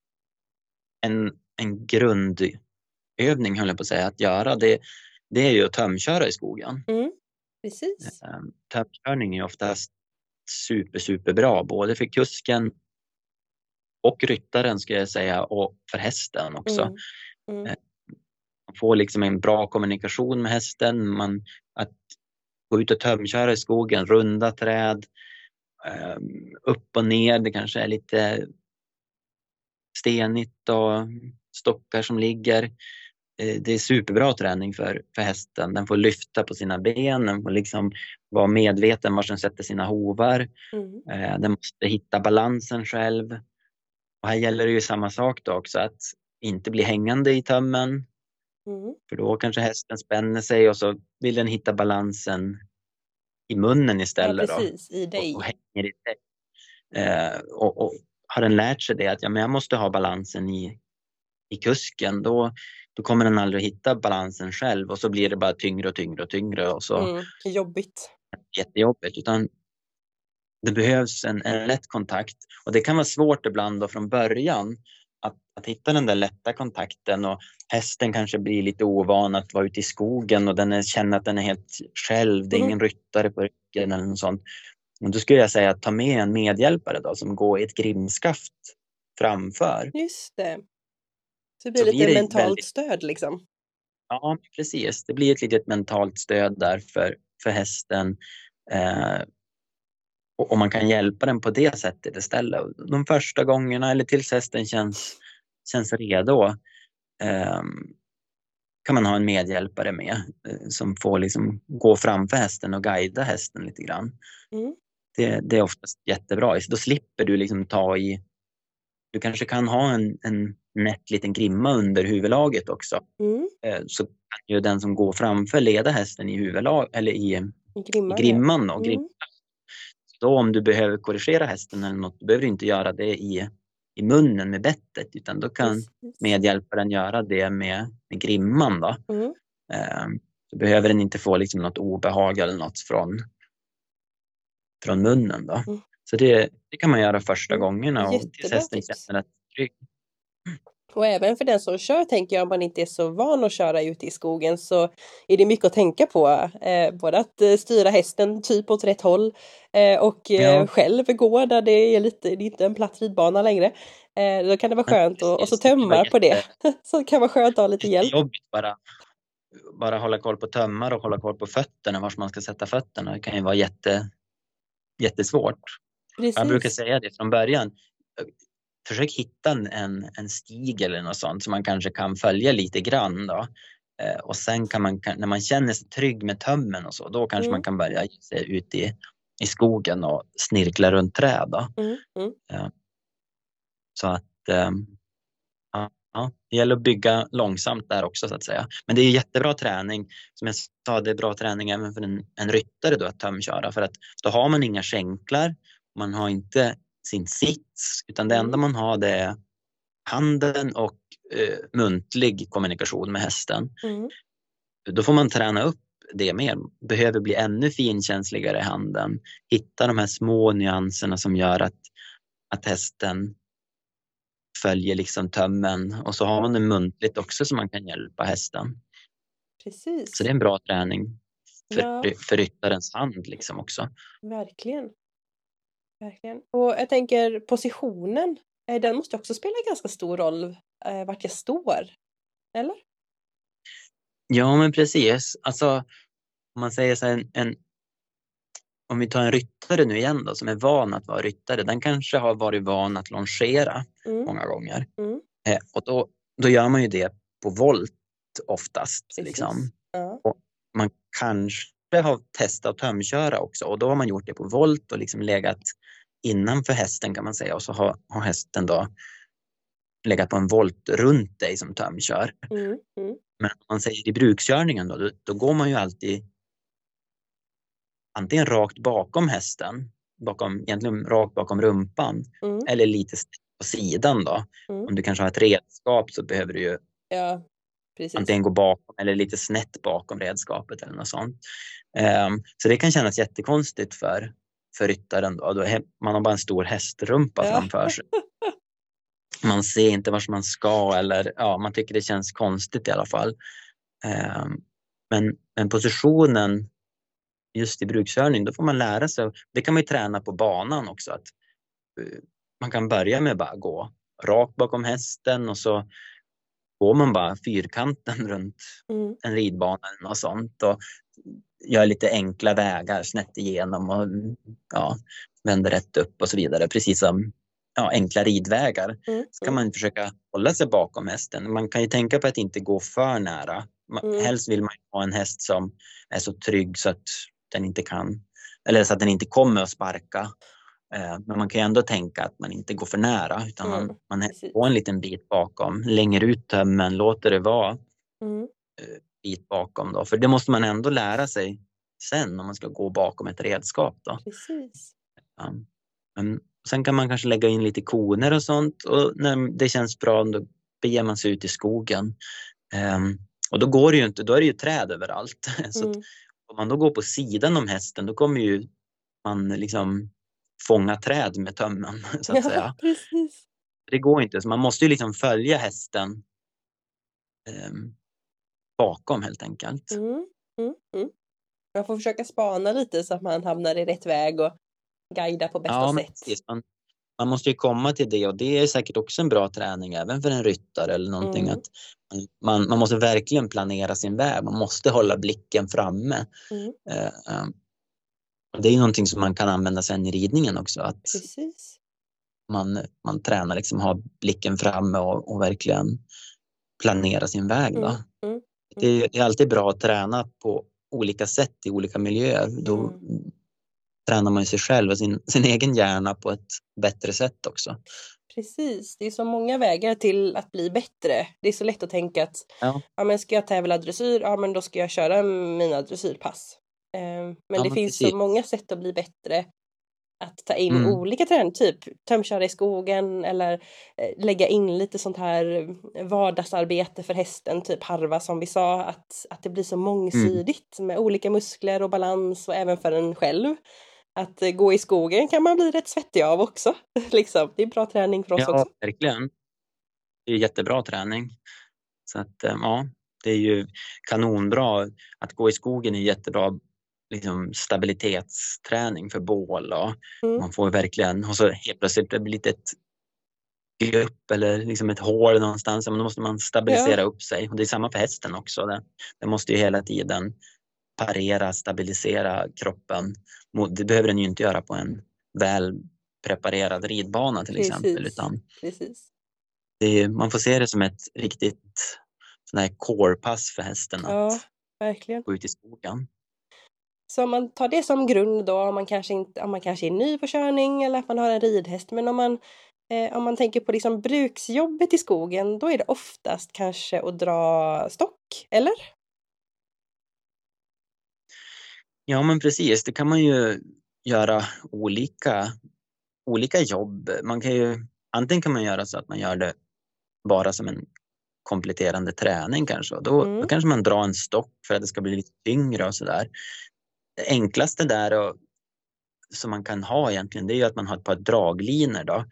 B: en grundövning, höll jag på att säga, att göra. Det är ju att tömköra i skogen.
A: Precis.
B: Tömkörning är oftast superbra, både för kusken och ryttaren, ska jag säga, och för hästen också. Man får liksom en bra kommunikation med hästen. Att gå ut och tömköra i skogen, runda träd, upp och ner, det kanske är lite stenigt och stockar som ligger. Det är superbra träning för hästen. Den får lyfta på sina ben, den får liksom vara medveten var den sätter sina hovar. Den måste hitta balansen själv. Och här gäller det ju samma sak då också, att inte bli hängande i tömmen. För då kanske hästen spänner sig och så vill den hitta balansen i munnen istället.
A: Ja, precis,
B: då.
A: i dig.
B: Och hänger i dig. Och har den lärt sig det att men jag måste ha balansen i kusken, då kommer den aldrig hitta balansen själv och så blir det bara tyngre och tyngre och tyngre och så
A: jobbigt.
B: Jättejobbigt, utan det behövs en lätt kontakt, och det kan vara svårt ibland då från början att hitta den där lätta kontakten, och hästen kanske blir lite ovan att vara ute i skogen och känner att den är helt själv, det är ingen ryttare på ryggen eller något sånt. Och då skulle jag säga att ta med en medhjälpare då, som går i ett grimskaft framför.
A: Just det. Så det blir lite mentalt stöd liksom.
B: Ja, precis. Det blir ett litet mentalt stöd där för hästen. Och man kan hjälpa den på det sättet istället. De första gångerna eller tills hästen känns redo kan man ha en medhjälpare med som får liksom gå framför hästen och guida hästen lite grann. Det är oftast jättebra. Då slipper du liksom ta i. Du kanske kan ha en nätt liten grimma under huvudlaget också. Så kan ju den som går framför leda hästen i huvudlag eller i grimman. Och då om du behöver korrigera hästen eller något, då behöver du inte göra det i munnen med bettet, utan då kan medhjälparen göra det med grimman då. Så behöver den inte få liksom något obehag eller något från munnen då. Så det kan man göra första gångerna och tills hästen känner att trygg.
A: Och även för den som kör, tänker jag, om man inte är så van att köra ute i skogen, så är det mycket att tänka på. Både att styra hästen typ åt rätt håll och själv gå där det är inte en platt ridbana längre. Då kan det vara skönt och så tömmar på det. Så det kan vara skönt att ha lite hjälp.
B: Det är jobbigt bara hålla koll på tömmar och hålla koll på fötterna, var man ska sätta fötterna. Det kan ju vara jättesvårt.
A: Precis.
B: Jag brukar säga det från början. Försök hitta en stig eller något sånt som man kanske kan följa lite grann då. Och sen kan man, när man känner sig trygg med tömmen och så, då kanske man kan börja ge sig ut i skogen och snirkla runt träd då. Så att det gäller att bygga långsamt där också, så att säga. Men det är jättebra träning. Som jag sa, det är bra träning även för en ryttare då, att tömköra, för att då har man inga skänklar, man har inte sin sits, utan det enda man har, det är handen och muntlig kommunikation med hästen. Då får man träna upp det mer, behöver bli ännu finkänsligare i handen, hitta de här små nyanserna som gör att hästen följer liksom tömmen, och så har man det muntligt också så man kan hjälpa hästen.
A: Precis.
B: Så det är en bra träning för ryttarens hand liksom också.
A: Verkligen. Och jag tänker positionen, den måste också spela ganska stor roll vart jag står, eller?
B: Ja, men precis. Alltså, om man säger så här, om vi tar en ryttare nu igen då, som är van att vara ryttare, den kanske har varit van att longera många gånger. Och då gör man ju det på volt oftast. Liksom. Och man kanske har testat att tömköra också, och då har man gjort det på volt och liksom legat innanför hästen, kan man säga, och så har hästen då legat på en volt runt dig som tömkör. Men om man säger i brukskörningen då går man ju alltid antingen rakt bakom hästen, egentligen rakt bakom rumpan, eller lite på sidan då. Om du kanske har ett redskap så behöver du ju antingen gå bakom eller lite snett bakom redskapet eller något sånt. Så det kan kännas jättekonstigt för ryttaren då. Man har bara en stor hästrumpa framför sig. Man ser inte vart man ska, eller man tycker det känns konstigt i alla fall. Men positionen just i brukskörning, då får man lära sig. Det kan man ju träna på banan också, att man kan börja med bara gå rakt bakom hästen, och så går man bara fyrkanten runt en ridbana eller något sånt. Och gör lite enkla vägar snett igenom och vänder rätt upp och så vidare. Precis som enkla ridvägar. Så kan man försöka hålla sig bakom hästen. Man kan ju tänka på att inte gå för nära. Helst vill man ha en häst som är så trygg så att den inte kan, eller så att den inte kommer att sparka. Men man kan ju ändå tänka att man inte går för nära, utan man går en liten bit bakom, länger ut tömmen, låter det vara bit bakom då. För det måste man ändå lära sig sen om man ska gå bakom ett redskap då.
A: Precis.
B: Men sen kan man kanske lägga in lite koner och sånt, och när det känns bra då beger man sig ut i skogen. Och då går det ju inte, då är det ju träd överallt. Så att om man då går på sidan om hästen, då kommer ju man liksom fånga träd med tömmen, så att säga.
A: Precis.
B: Det går inte, så man måste ju liksom följa hästen bakom helt enkelt.
A: Man får försöka spana lite så att man hamnar i rätt väg och guida på bästa sätt.
B: Precis. Man måste ju komma till det, och det är säkert också en bra träning även för en ryttare eller någonting. Att man måste verkligen planera sin väg. Man måste hålla blicken framme. Och det är ju någonting som man kan använda sen i ridningen också. Att
A: precis.
B: Man tränar liksom, ha blicken framme och verkligen planera sin väg då. Det är alltid bra att träna på olika sätt i olika miljöer. Då tränar man sig själv och sin egen hjärna på ett bättre sätt också.
A: Precis, det är så många vägar till att bli bättre. Det är så lätt att tänka att men ska jag tävla dressyr, men då ska jag köra mina dressyrpass. Men det finns så många sätt att bli bättre. Att ta in olika träning, typ tömköra i skogen eller lägga in lite sånt här vardagsarbete för hästen, typ harva som vi sa, att det blir så mångsidigt med olika muskler och balans, och även för en själv. Att gå i skogen kan man bli rätt svettig av också. Liksom. Det är bra träning för oss också.
B: Ja, verkligen. Det är jättebra träning. Så att det är ju kanonbra. Att gå i skogen är jättebra liksom stabilitetsträning för bål, och man får verkligen, och så helt plötsligt det blir ett gupp eller liksom ett hål någonstans, men då måste man stabilisera upp sig, och det är samma för hästen också. Det måste ju hela tiden parera, stabilisera kroppen. Det behöver den ju inte göra på en väl preparerad ridbana till exempel, utan man får se det som ett riktigt sån här core-pass för hästen att
A: verkligen
B: gå ut i skogen.
A: Så om man tar det som grund då, om man kanske är ny på körning eller att man har en ridhäst, men om man tänker på liksom bruksjobbet i skogen, då är det oftast kanske att dra stock, eller?
B: Ja, men precis. Det kan man ju göra olika jobb. Antingen kan man göra så att man gör det bara som en kompletterande träning kanske. Då kanske man drar en stock för att det ska bli lite tyngre och sådär. Det enklaste där som man kan ha egentligen, det är ju att man har ett par draglinor då.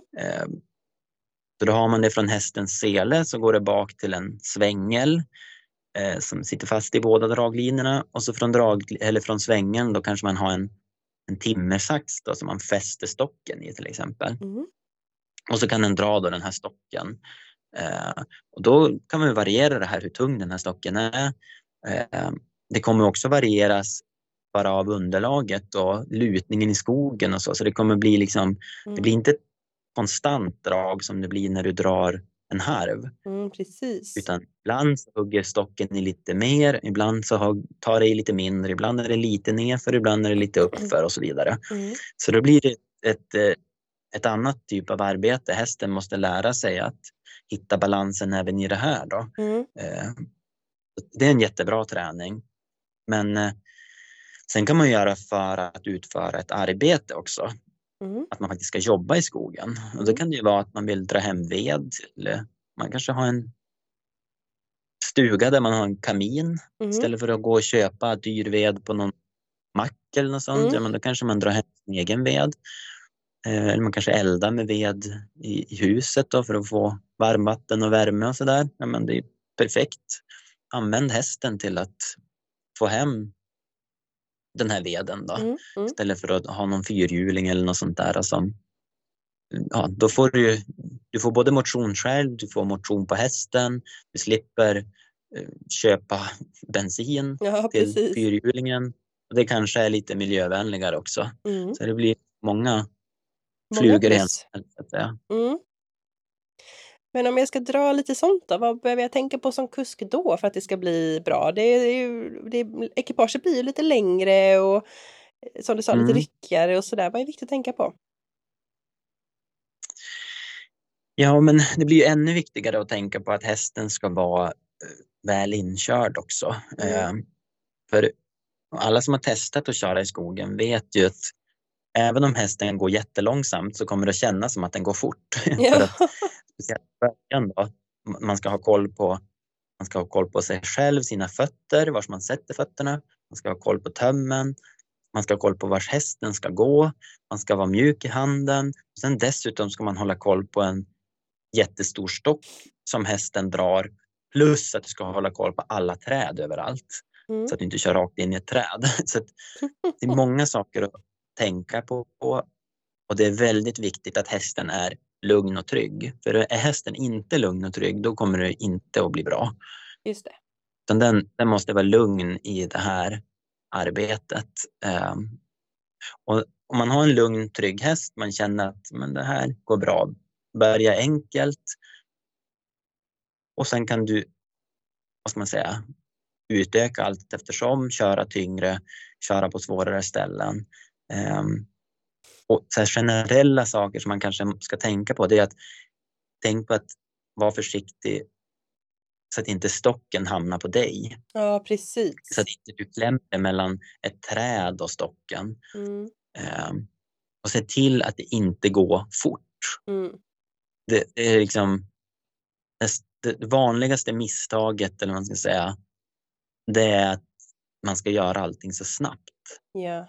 B: Så då har man det från hästens sele, så går det bak till en svängel som sitter fast i båda draglinorna, och så från svängeln då kanske man har en timmersax då, som man fäster stocken i till exempel. Och så kan den dra då den här stocken. Och då kan man variera det här, hur tung den här stocken är. Det kommer också varieras bara av underlaget och lutningen i skogen och så det kommer bli liksom, det blir inte ett konstant drag som det blir när du drar en harv.
A: Precis.
B: Utan ibland så hugger stocken i lite mer, ibland så tar det i lite mindre, ibland är det lite nerför, ibland är det lite uppför och så vidare. Så då blir det ett annat typ av arbete. Hästen måste lära sig att hitta balansen även i det här då. Det är en jättebra träning. Men sen kan man göra för att utföra ett arbete också. Att man faktiskt ska jobba i skogen. Och då kan det ju vara att man vill dra hem ved. Eller man kanske har en stuga där man har en kamin. Istället för att gå och köpa dyr ved på någon mack eller något sånt. Ja, men då kanske man drar hem sin egen ved. Eller man kanske eldar med ved i huset då, för att få varmvatten och värme och sådär. Ja, men det är perfekt. Använd hästen till att få hem den här veden då. Istället för att ha någon fyrhjuling eller något sånt där. Då får du får både motion själv, du får motion på hästen. Du slipper köpa bensin
A: Ja,
B: till
A: precis.
B: fyrhjulingen. Och det kanske är lite miljövänligare också.
A: Mm.
B: Så det blir många
A: Många
B: flugor i en
A: plus.
B: smäll, så att säga.
A: Mm. Men om jag ska dra lite sånt då, vad behöver jag tänka på som kusk då för att det ska bli bra? Ekipaget blir ju lite längre och som du sa lite ryckigare och sådär. Vad är viktigt att tänka på?
B: Ja, men det blir ju ännu viktigare att tänka på att hästen ska vara väl inkörd också. För alla som har testat att köra i skogen vet ju att även om hästen går jättelångsamt så kommer det kännas som att den går fort.
A: Ja.
B: För att speciellt i början då, man ska ha koll på sig själv, sina fötter, var man sätter fötterna. Man ska ha koll på tömmen. Man ska ha koll på vars hästen ska gå. Man ska vara mjuk i handen. Och sen dessutom ska man hålla koll på en jättestor stock som hästen drar. Plus att du ska hålla koll på alla träd överallt. Så att du inte kör rakt in i ett träd. Så att det är många saker att tänka på. Och det är väldigt viktigt att hästen är lugn och trygg. För är hästen inte lugn och trygg, då kommer det inte att bli bra.
A: Just det.
B: Utan den måste vara lugn i det här arbetet. Och om man har en lugn, trygg häst, man känner att men det här går bra. Börja enkelt. Och sen kan du, vad ska man säga, utöka allt eftersom, köra tyngre, köra på svårare ställen. Och så här generella saker som man kanske ska tänka på, det är att tänk på att vara försiktig så att inte stocken hamnar på dig.
A: Ja, precis.
B: Så att inte du klämmer mellan ett träd och stocken. Och se till att det inte går fort. Det är liksom det vanligaste misstaget, eller vad man ska säga, det är att man ska göra allting så snabbt.
A: Ja.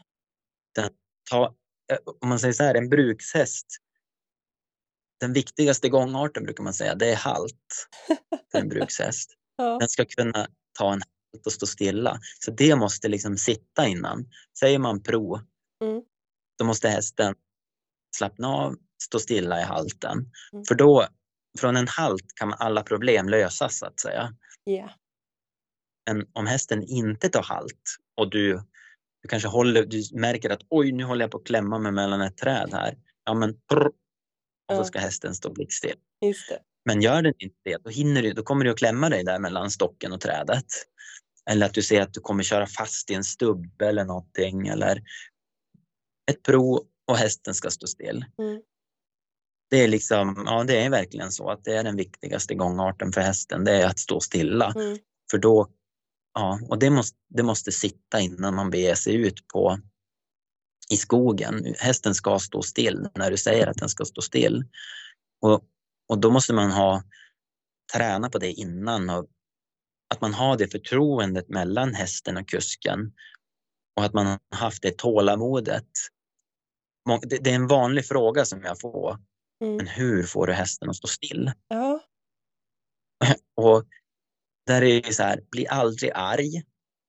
B: Om man säger så här, en brukshäst, den viktigaste gångarten brukar man säga, det är halt för en brukshäst.
A: Ja.
B: Den ska kunna ta en halt och stå stilla. Så det måste liksom sitta innan. Säger man pro, då måste hästen slappna av, stå stilla i halten. För då, från en halt kan alla problem lösas, så att säga.
A: Yeah.
B: Men om hästen inte tar halt och du kanske du märker att oj, nu håller jag på att klämma mig mellan ett träd här. Ja, men och så ska hästen stå blickstill.
A: Just det.
B: Men gör den inte det, då kommer du att klämma dig där mellan stocken och trädet. Eller att du ser att du kommer köra fast i en stubbe eller någonting. Eller ett pro och hästen ska stå still. Det är liksom, ja, det är verkligen så att det är den viktigaste gångarten för hästen. Det är att stå stilla. För då, ja, och det måste sitta innan man beger sig ut i skogen. Hästen ska stå still när du säger att den ska stå still. Och då måste man träna på det innan. Och att man har det förtroendet mellan hästen och kusken. Och att man har haft det tålamodet. Det är en vanlig fråga som jag får. Men hur får du hästen att stå still?
A: Ja.
B: Och där är det så här, bli aldrig arg.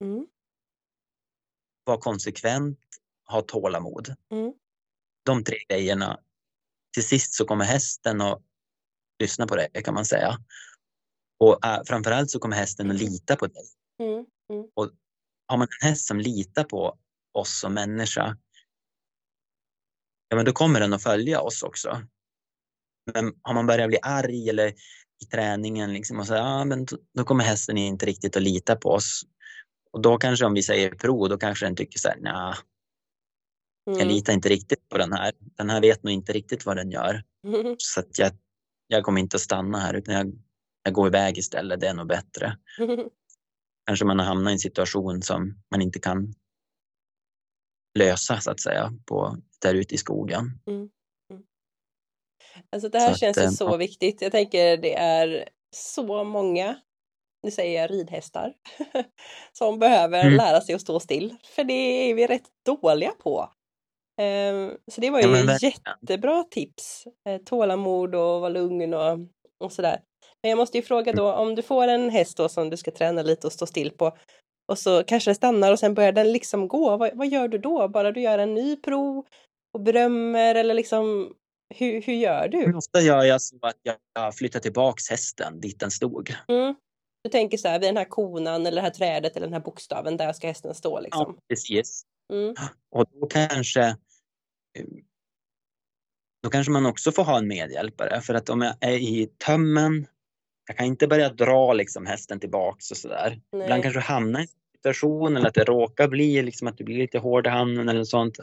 B: Var konsekvent, ha tålamod. De 3 grejerna. Till sist så kommer hästen att lyssna på det, kan man säga. Och framförallt så kommer hästen att lita på dig. Och har man en häst som litar på oss som människa, ja, men då kommer den att följa oss också. Men har man börjat bli arg eller i träningen liksom och så, ja, men då kommer hästen inte riktigt att lita på oss. Och då kanske, om vi säger pro, då kanske den tycker så här, nej, jag litar inte riktigt på den här. Den här vet nog inte riktigt vad den gör. Så att jag kommer inte att stanna här, utan jag går iväg istället. Det är nog bättre. Kanske man har hamnat i en situation som man inte kan lösa, så att säga, där ute i skogen.
A: Alltså det här känns ju så viktigt. Jag tänker det är så många, nu säger jag ridhästar, som behöver lära sig att stå still. För det är vi rätt dåliga på. Så det var ju jättebra tips. Tålamod och vara lugn och sådär. Men jag måste ju fråga då, om du får en häst då som du ska träna lite och stå still på, och så kanske den stannar och sen börjar den liksom gå. Vad gör du då? Bara du gör en ny prov och berömmer, eller liksom, hur gör du?
B: Ofta gör jag så att jag flyttar tillbaks hästen dit den stod.
A: Du tänker så här, vid den här konan eller det här trädet eller den här bokstaven, där ska hästen stå liksom.
B: Ja, precis.
A: Mm.
B: Och då kanske man också får ha en medhjälpare. För att om jag är i tömmen, jag kan inte börja dra liksom hästen tillbaks och sådär.
A: Nej.
B: Ibland kanske du hamnar i en situation eller att det råkar bli liksom att du blir lite hård i handen eller sånt.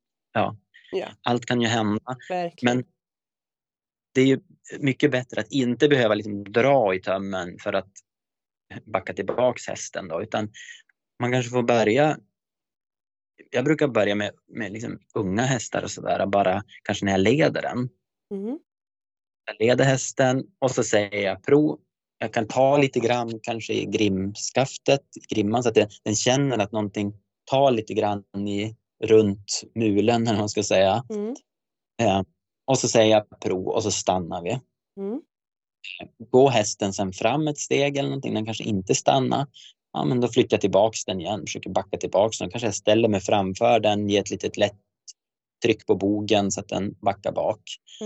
B: Allt kan ju hända.
A: Verkligen.
B: Men det är ju mycket bättre att inte behöva liksom dra i tömmen för att backa tillbaks hästen då, utan man kanske får börja. Jag brukar börja med liksom unga hästar och sådär, bara kanske när jag leder den.
A: Mm.
B: Jag leder hästen och så säger jag prov. Jag kan ta lite grann kanske i grimskaftet, grimman, så att den känner att någonting tar lite grann runt mulen, eller man ska säga.
A: Mm.
B: Och så säger jag prov och så stannar vi.
A: Mm.
B: Går hästen sen fram ett steg eller någonting, den kanske inte stannar. Ja, men då flyttar jag tillbaks den igen, försöker backa tillbaks den. Kanske jag ställer mig framför den, ger ett litet lätt tryck på bogen så att den backar bak.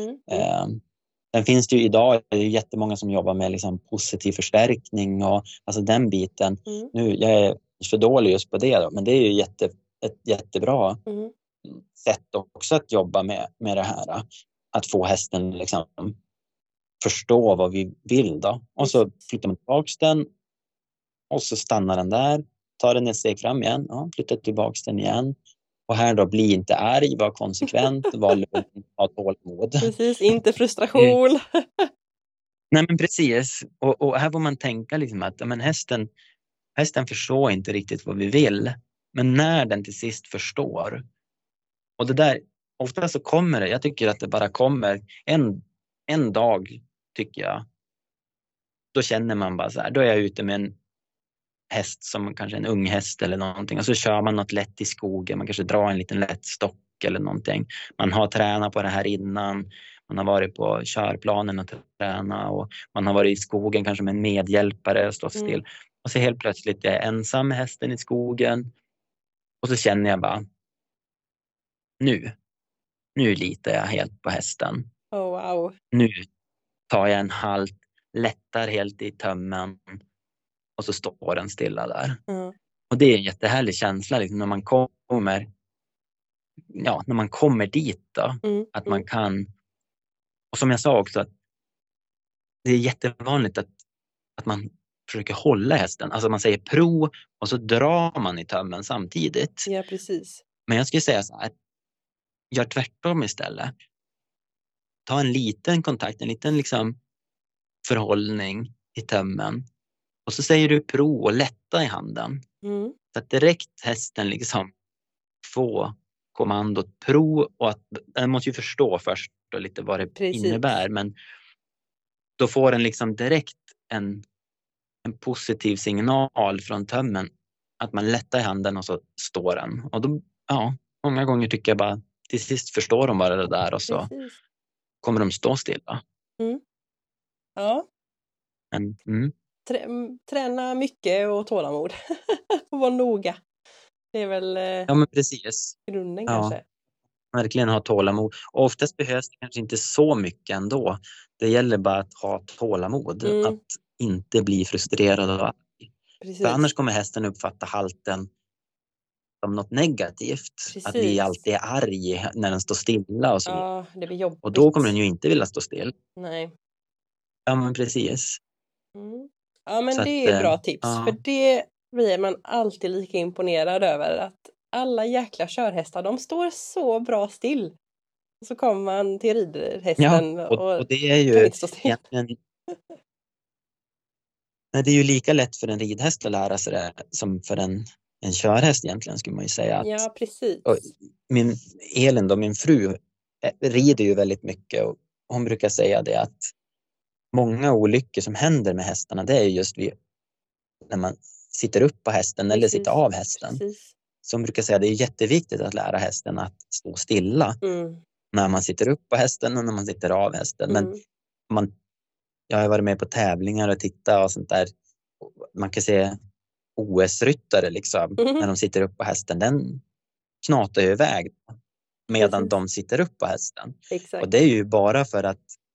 B: Sen finns det ju idag, det är ju jättemånga som jobbar med liksom positiv förstärkning och alltså den biten. Nu, jag är för dålig just på det då, men det är ju ett jättebra sätt också att jobba med det här. Att få hästen liksom förstå vad vi vill då. Och så flyttar man tillbaks den och så stannar den där, tar den ett steg fram igen, flyttar tillbaks den igen. Och här då, bli inte arg, var konsekvent, var lugn, ha tålamod.
A: Precis, inte frustration.
B: Nej men precis, och här får man tänka liksom att men hästen förstår inte riktigt vad vi vill. Men när den till sist förstår, och det där, ofta så kommer det, jag tycker att det bara kommer en dag, tycker jag. Då känner man bara så här, då är jag ute med en häst som kanske en ung häst eller någonting, och så kör man något lätt i skogen, man kanske drar en liten lätt stock eller någonting. Man har tränat på det här innan, man har varit på körplanen och tränat, och man har varit i skogen kanske med en medhjälpare och stått still. Och så helt plötsligt är jag ensam med hästen i skogen, och så känner jag bara nu litar jag helt på hästen.
A: Oh, wow.
B: Nu tar jag en halt, lättar helt i tömmen och så står den stilla där. Och det är en jättehärlig känsla liksom, när man kommer dit då, att man kan. Och som jag sa också, att det är jättevanligt att man försöker hålla hästen. Alltså man säger prov och så drar man i tömmen samtidigt.
A: Ja, precis.
B: Men jag skulle säga så här, gör tvärtom istället. Ta en liten kontakt, en liten liksom förhållning i tömmen. Och så säger du prov och lätta i handen. Så att direkt hästen liksom får kommandot prov, och att den måste ju förstå först och lite vad det innebär. Men då får den liksom direkt en positiv signal från tömmen att man lättar i handen och så står den. Och då, många gånger tycker jag bara till sist förstår de bara det där, och så kommer de stå stilla.
A: Ja. Träna mycket och tålamod. Och vara noga. Det är väl
B: men precis.
A: grunden kanske.
B: Verkligen ha tålamod. Och oftast behövs det kanske inte så mycket ändå. Det gäller bara att ha tålamod. Att inte bli frustrerad och arg. För annars kommer hästen uppfatta halten som något negativt. Precis. Att vi alltid är arg när den står stilla och så.
A: Ja, det blir jobbigt.
B: Och då kommer den ju inte vilja stå still.
A: Nej.
B: Ja, men precis.
A: Ja, men så det är bra tips. För det blir man alltid lika imponerad över. Att alla jäkla körhästar, de står så bra still. Och så kommer man till ridhästen och
B: det är ju
A: kan inte stå still.
B: Nej, det är ju lika lätt för en ridhäst att lära sig det som för en körhäst egentligen, skulle man ju säga.
A: Ja, precis.
B: Elin då, min fru, rider ju väldigt mycket, och hon brukar säga det att många olyckor som händer med hästarna, det är just när man sitter upp på hästen eller sitter av hästen. Precis. Som brukar säga, det är jätteviktigt att lära hästen att stå stilla när man sitter upp på hästen och när man sitter av hästen. Men jag har varit med på tävlingar och tittat och sånt där. Man kan se OS-ryttare liksom, när de sitter upp på hästen, den knatar ju iväg medan de sitter upp på hästen.
A: Exakt.
B: Och det är ju bara för att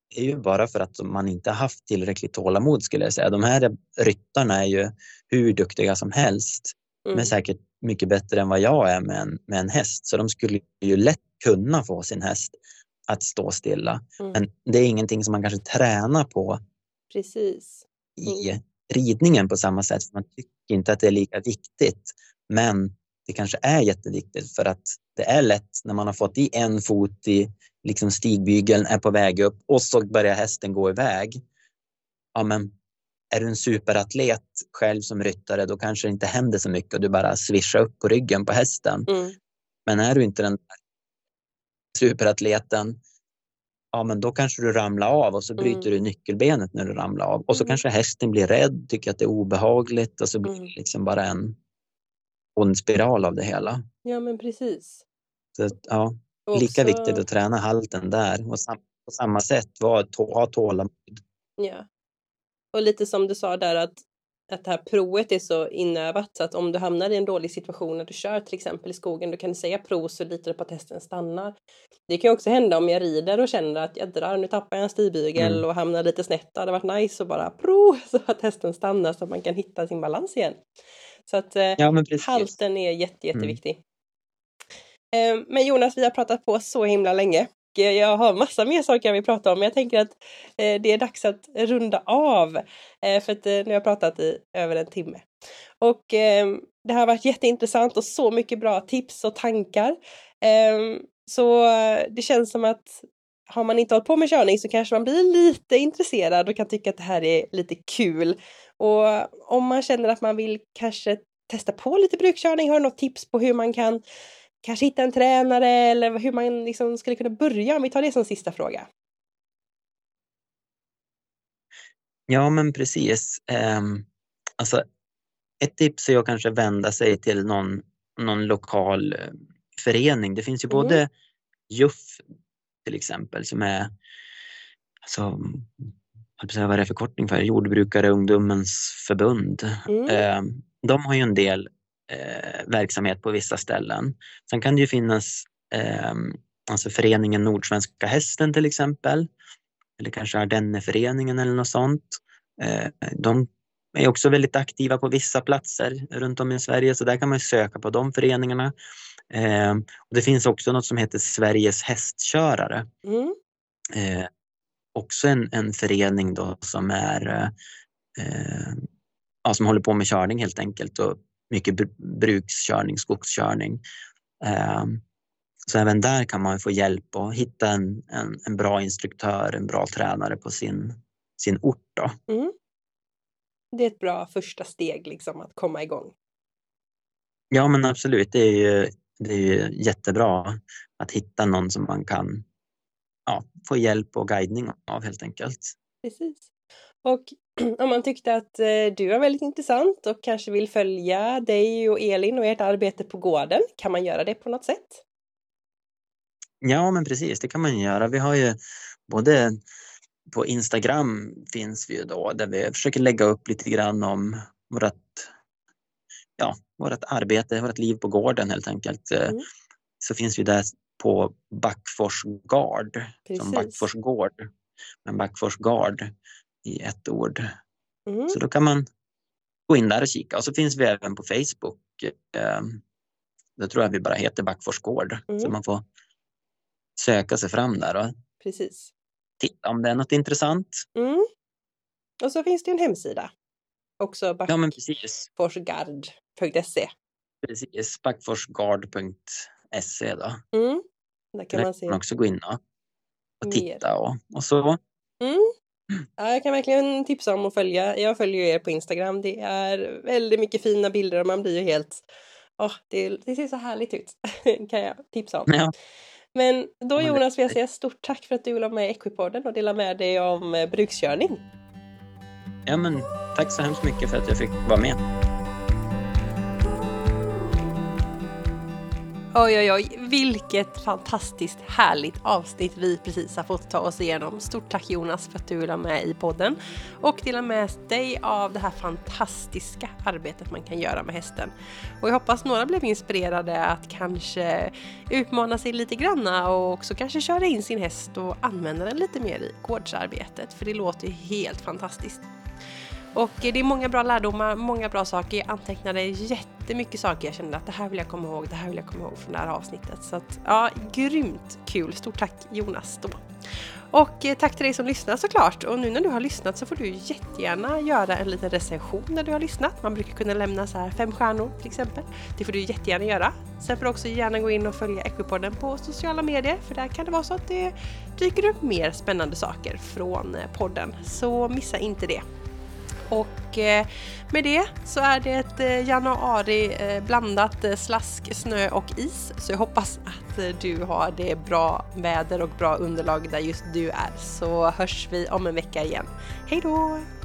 B: är ju bara för att man inte har haft tillräckligt tålamod, skulle jag säga. De här ryttarna är ju hur duktiga som helst, men säkert mycket bättre än vad jag är med en häst. Så de skulle ju lätt kunna få sin häst att stå stilla. Men det är ingenting som man kanske tränar på.
A: Precis.
B: I ridningen på samma sätt. Man tycker inte att det är lika viktigt, men det kanske är jätteviktigt, för att det är lätt när man har fått i en fot i liksom stigbygeln, är på väg upp och så börjar hästen gå iväg. Ja, men är du en superatlet själv som ryttare, då kanske det inte händer så mycket och du bara svischar upp på ryggen på hästen. Men är du inte den där superatleten, ja, men då kanske du ramlar av och så bryter du nyckelbenet när du ramlar av. Och så kanske hästen blir rädd, tycker att det är obehagligt, och så blir det liksom bara en ond spiral av det hela.
A: Ja, men precis.
B: Så, ja, lika viktigt att träna halten där. Och på samma sätt ha tålamod.
A: Ja. Och lite som du sa där, att det här provet är så inövat, så att om du hamnar i en dålig situation när du kör till exempel i skogen, då kan du säga pro, så litar du på att hästen stannar. Det kan ju också hända om jag rider och känner att jag drar, nu tappar jag en stigbygel och hamnar lite snett. Det hade varit nice att bara pro, så att hästen stannar, så att man kan hitta sin balans igen. Så att halten är jätteviktig. Men Jonas, vi har pratat på så himla länge. Jag har massa mer saker jag vill prata om, men jag tänker att det är dags att runda av, för att nu har jag pratat i över en timme. Och det har varit jätteintressant och så mycket bra tips och tankar. Så det känns som att har man inte hållit på med körning så kanske man blir lite intresserad och kan tycka att det här är lite kul. Och om man känner att man vill kanske testa på lite brukkörning, har du något tips på hur man kan kanske hitta en tränare, eller hur man liksom skulle kunna börja, om vi tar det som sista fråga?
B: Ja, men precis. Alltså, ett tips är att kanske vända sig till någon lokal förening. Det finns ju både JUF till exempel, som är, alltså, vad är det förkortning för? Jordbrukare ungdomens förbund. De har ju en del verksamhet på vissa ställen. Sen kan det ju finnas alltså föreningen Nordsvenska hästen till exempel, eller kanske Ardenneföreningen eller något sånt. De är också väldigt aktiva på vissa platser runt om i Sverige, så där kan man söka på de föreningarna. Och det finns också något som heter Sveriges hästkörare. Också en förening då som är som håller på med körning helt enkelt, och mycket brukskörning, skogskörning. Så även där kan man få hjälp och hitta en bra instruktör, en bra tränare på sin ort då.
A: Det är ett bra första steg liksom, att komma igång.
B: Ja, men absolut. Det är ju jättebra att hitta någon som man kan få hjälp och guidning av helt enkelt.
A: Precis. Och om man tyckte att du var väldigt intressant och kanske vill följa dig och Elin och ert arbete på gården, kan man göra det på något sätt?
B: Ja, men precis, det kan man göra. Vi har ju både på Instagram finns vi ju då, där vi försöker lägga upp lite grann om vårt arbete, vårt liv på gården helt enkelt. Så finns vi där på Backfors Gard, som Backfors gård, men Backfors Gard i ett ord. Så då kan man gå in där och kika. Och så finns vi även på Facebook. Då tror jag vi bara heter Backfors gård. Så man får söka sig fram där och titta om det är något intressant.
A: Och så finns det en hemsida. Också backforsgard.se.
B: Precis, backforsgard.se då.
A: Där kan man se.
B: Man också gå in och titta och så.
A: Ja, jag kan verkligen tipsa om att följa. Jag följer er på Instagram. Det är väldigt mycket fina bilder och man blir ju helt... det ser så härligt ut. Kan jag tipsa om.
B: Ja.
A: Men då Jonas vill jag säga stort tack för att du vill vara med i Equipodden och dela med dig om brukskörning.
B: Ja, men tack så hemskt mycket för att jag fick vara med.
A: Oj, oj, oj, vilket fantastiskt härligt avsnitt vi precis har fått ta oss igenom. Stort tack Jonas för att du vill vara med i podden och dela med dig av det här fantastiska arbetet man kan göra med hästen. Och jag hoppas några blev inspirerade att kanske utmana sig lite granna och också kanske köra in sin häst och använda den lite mer i gårdsarbetet, för det låter helt fantastiskt. Och det är många bra lärdomar, många bra saker. Jag antecknade jättemycket saker. Jag kände att det här vill jag komma ihåg från det här avsnittet. Så att, ja, grymt kul. Stort tack Jonas då. Och tack till dig som lyssnar såklart. Och nu när du har lyssnat så får du jättegärna göra en liten recension när du har lyssnat. Man brukar kunna lämna så här 5 stjärnor till exempel. Det får du jättegärna göra. Sen får du också gärna gå in och följa Equipodden på sociala medier. För där kan det vara så att det dyker upp mer spännande saker från podden. Så missa inte det. Och med det så är det ett januari blandat slask, snö och is. Så jag hoppas att du har det bra väder och bra underlag där just du är. Så hörs vi om en vecka igen. Hej då!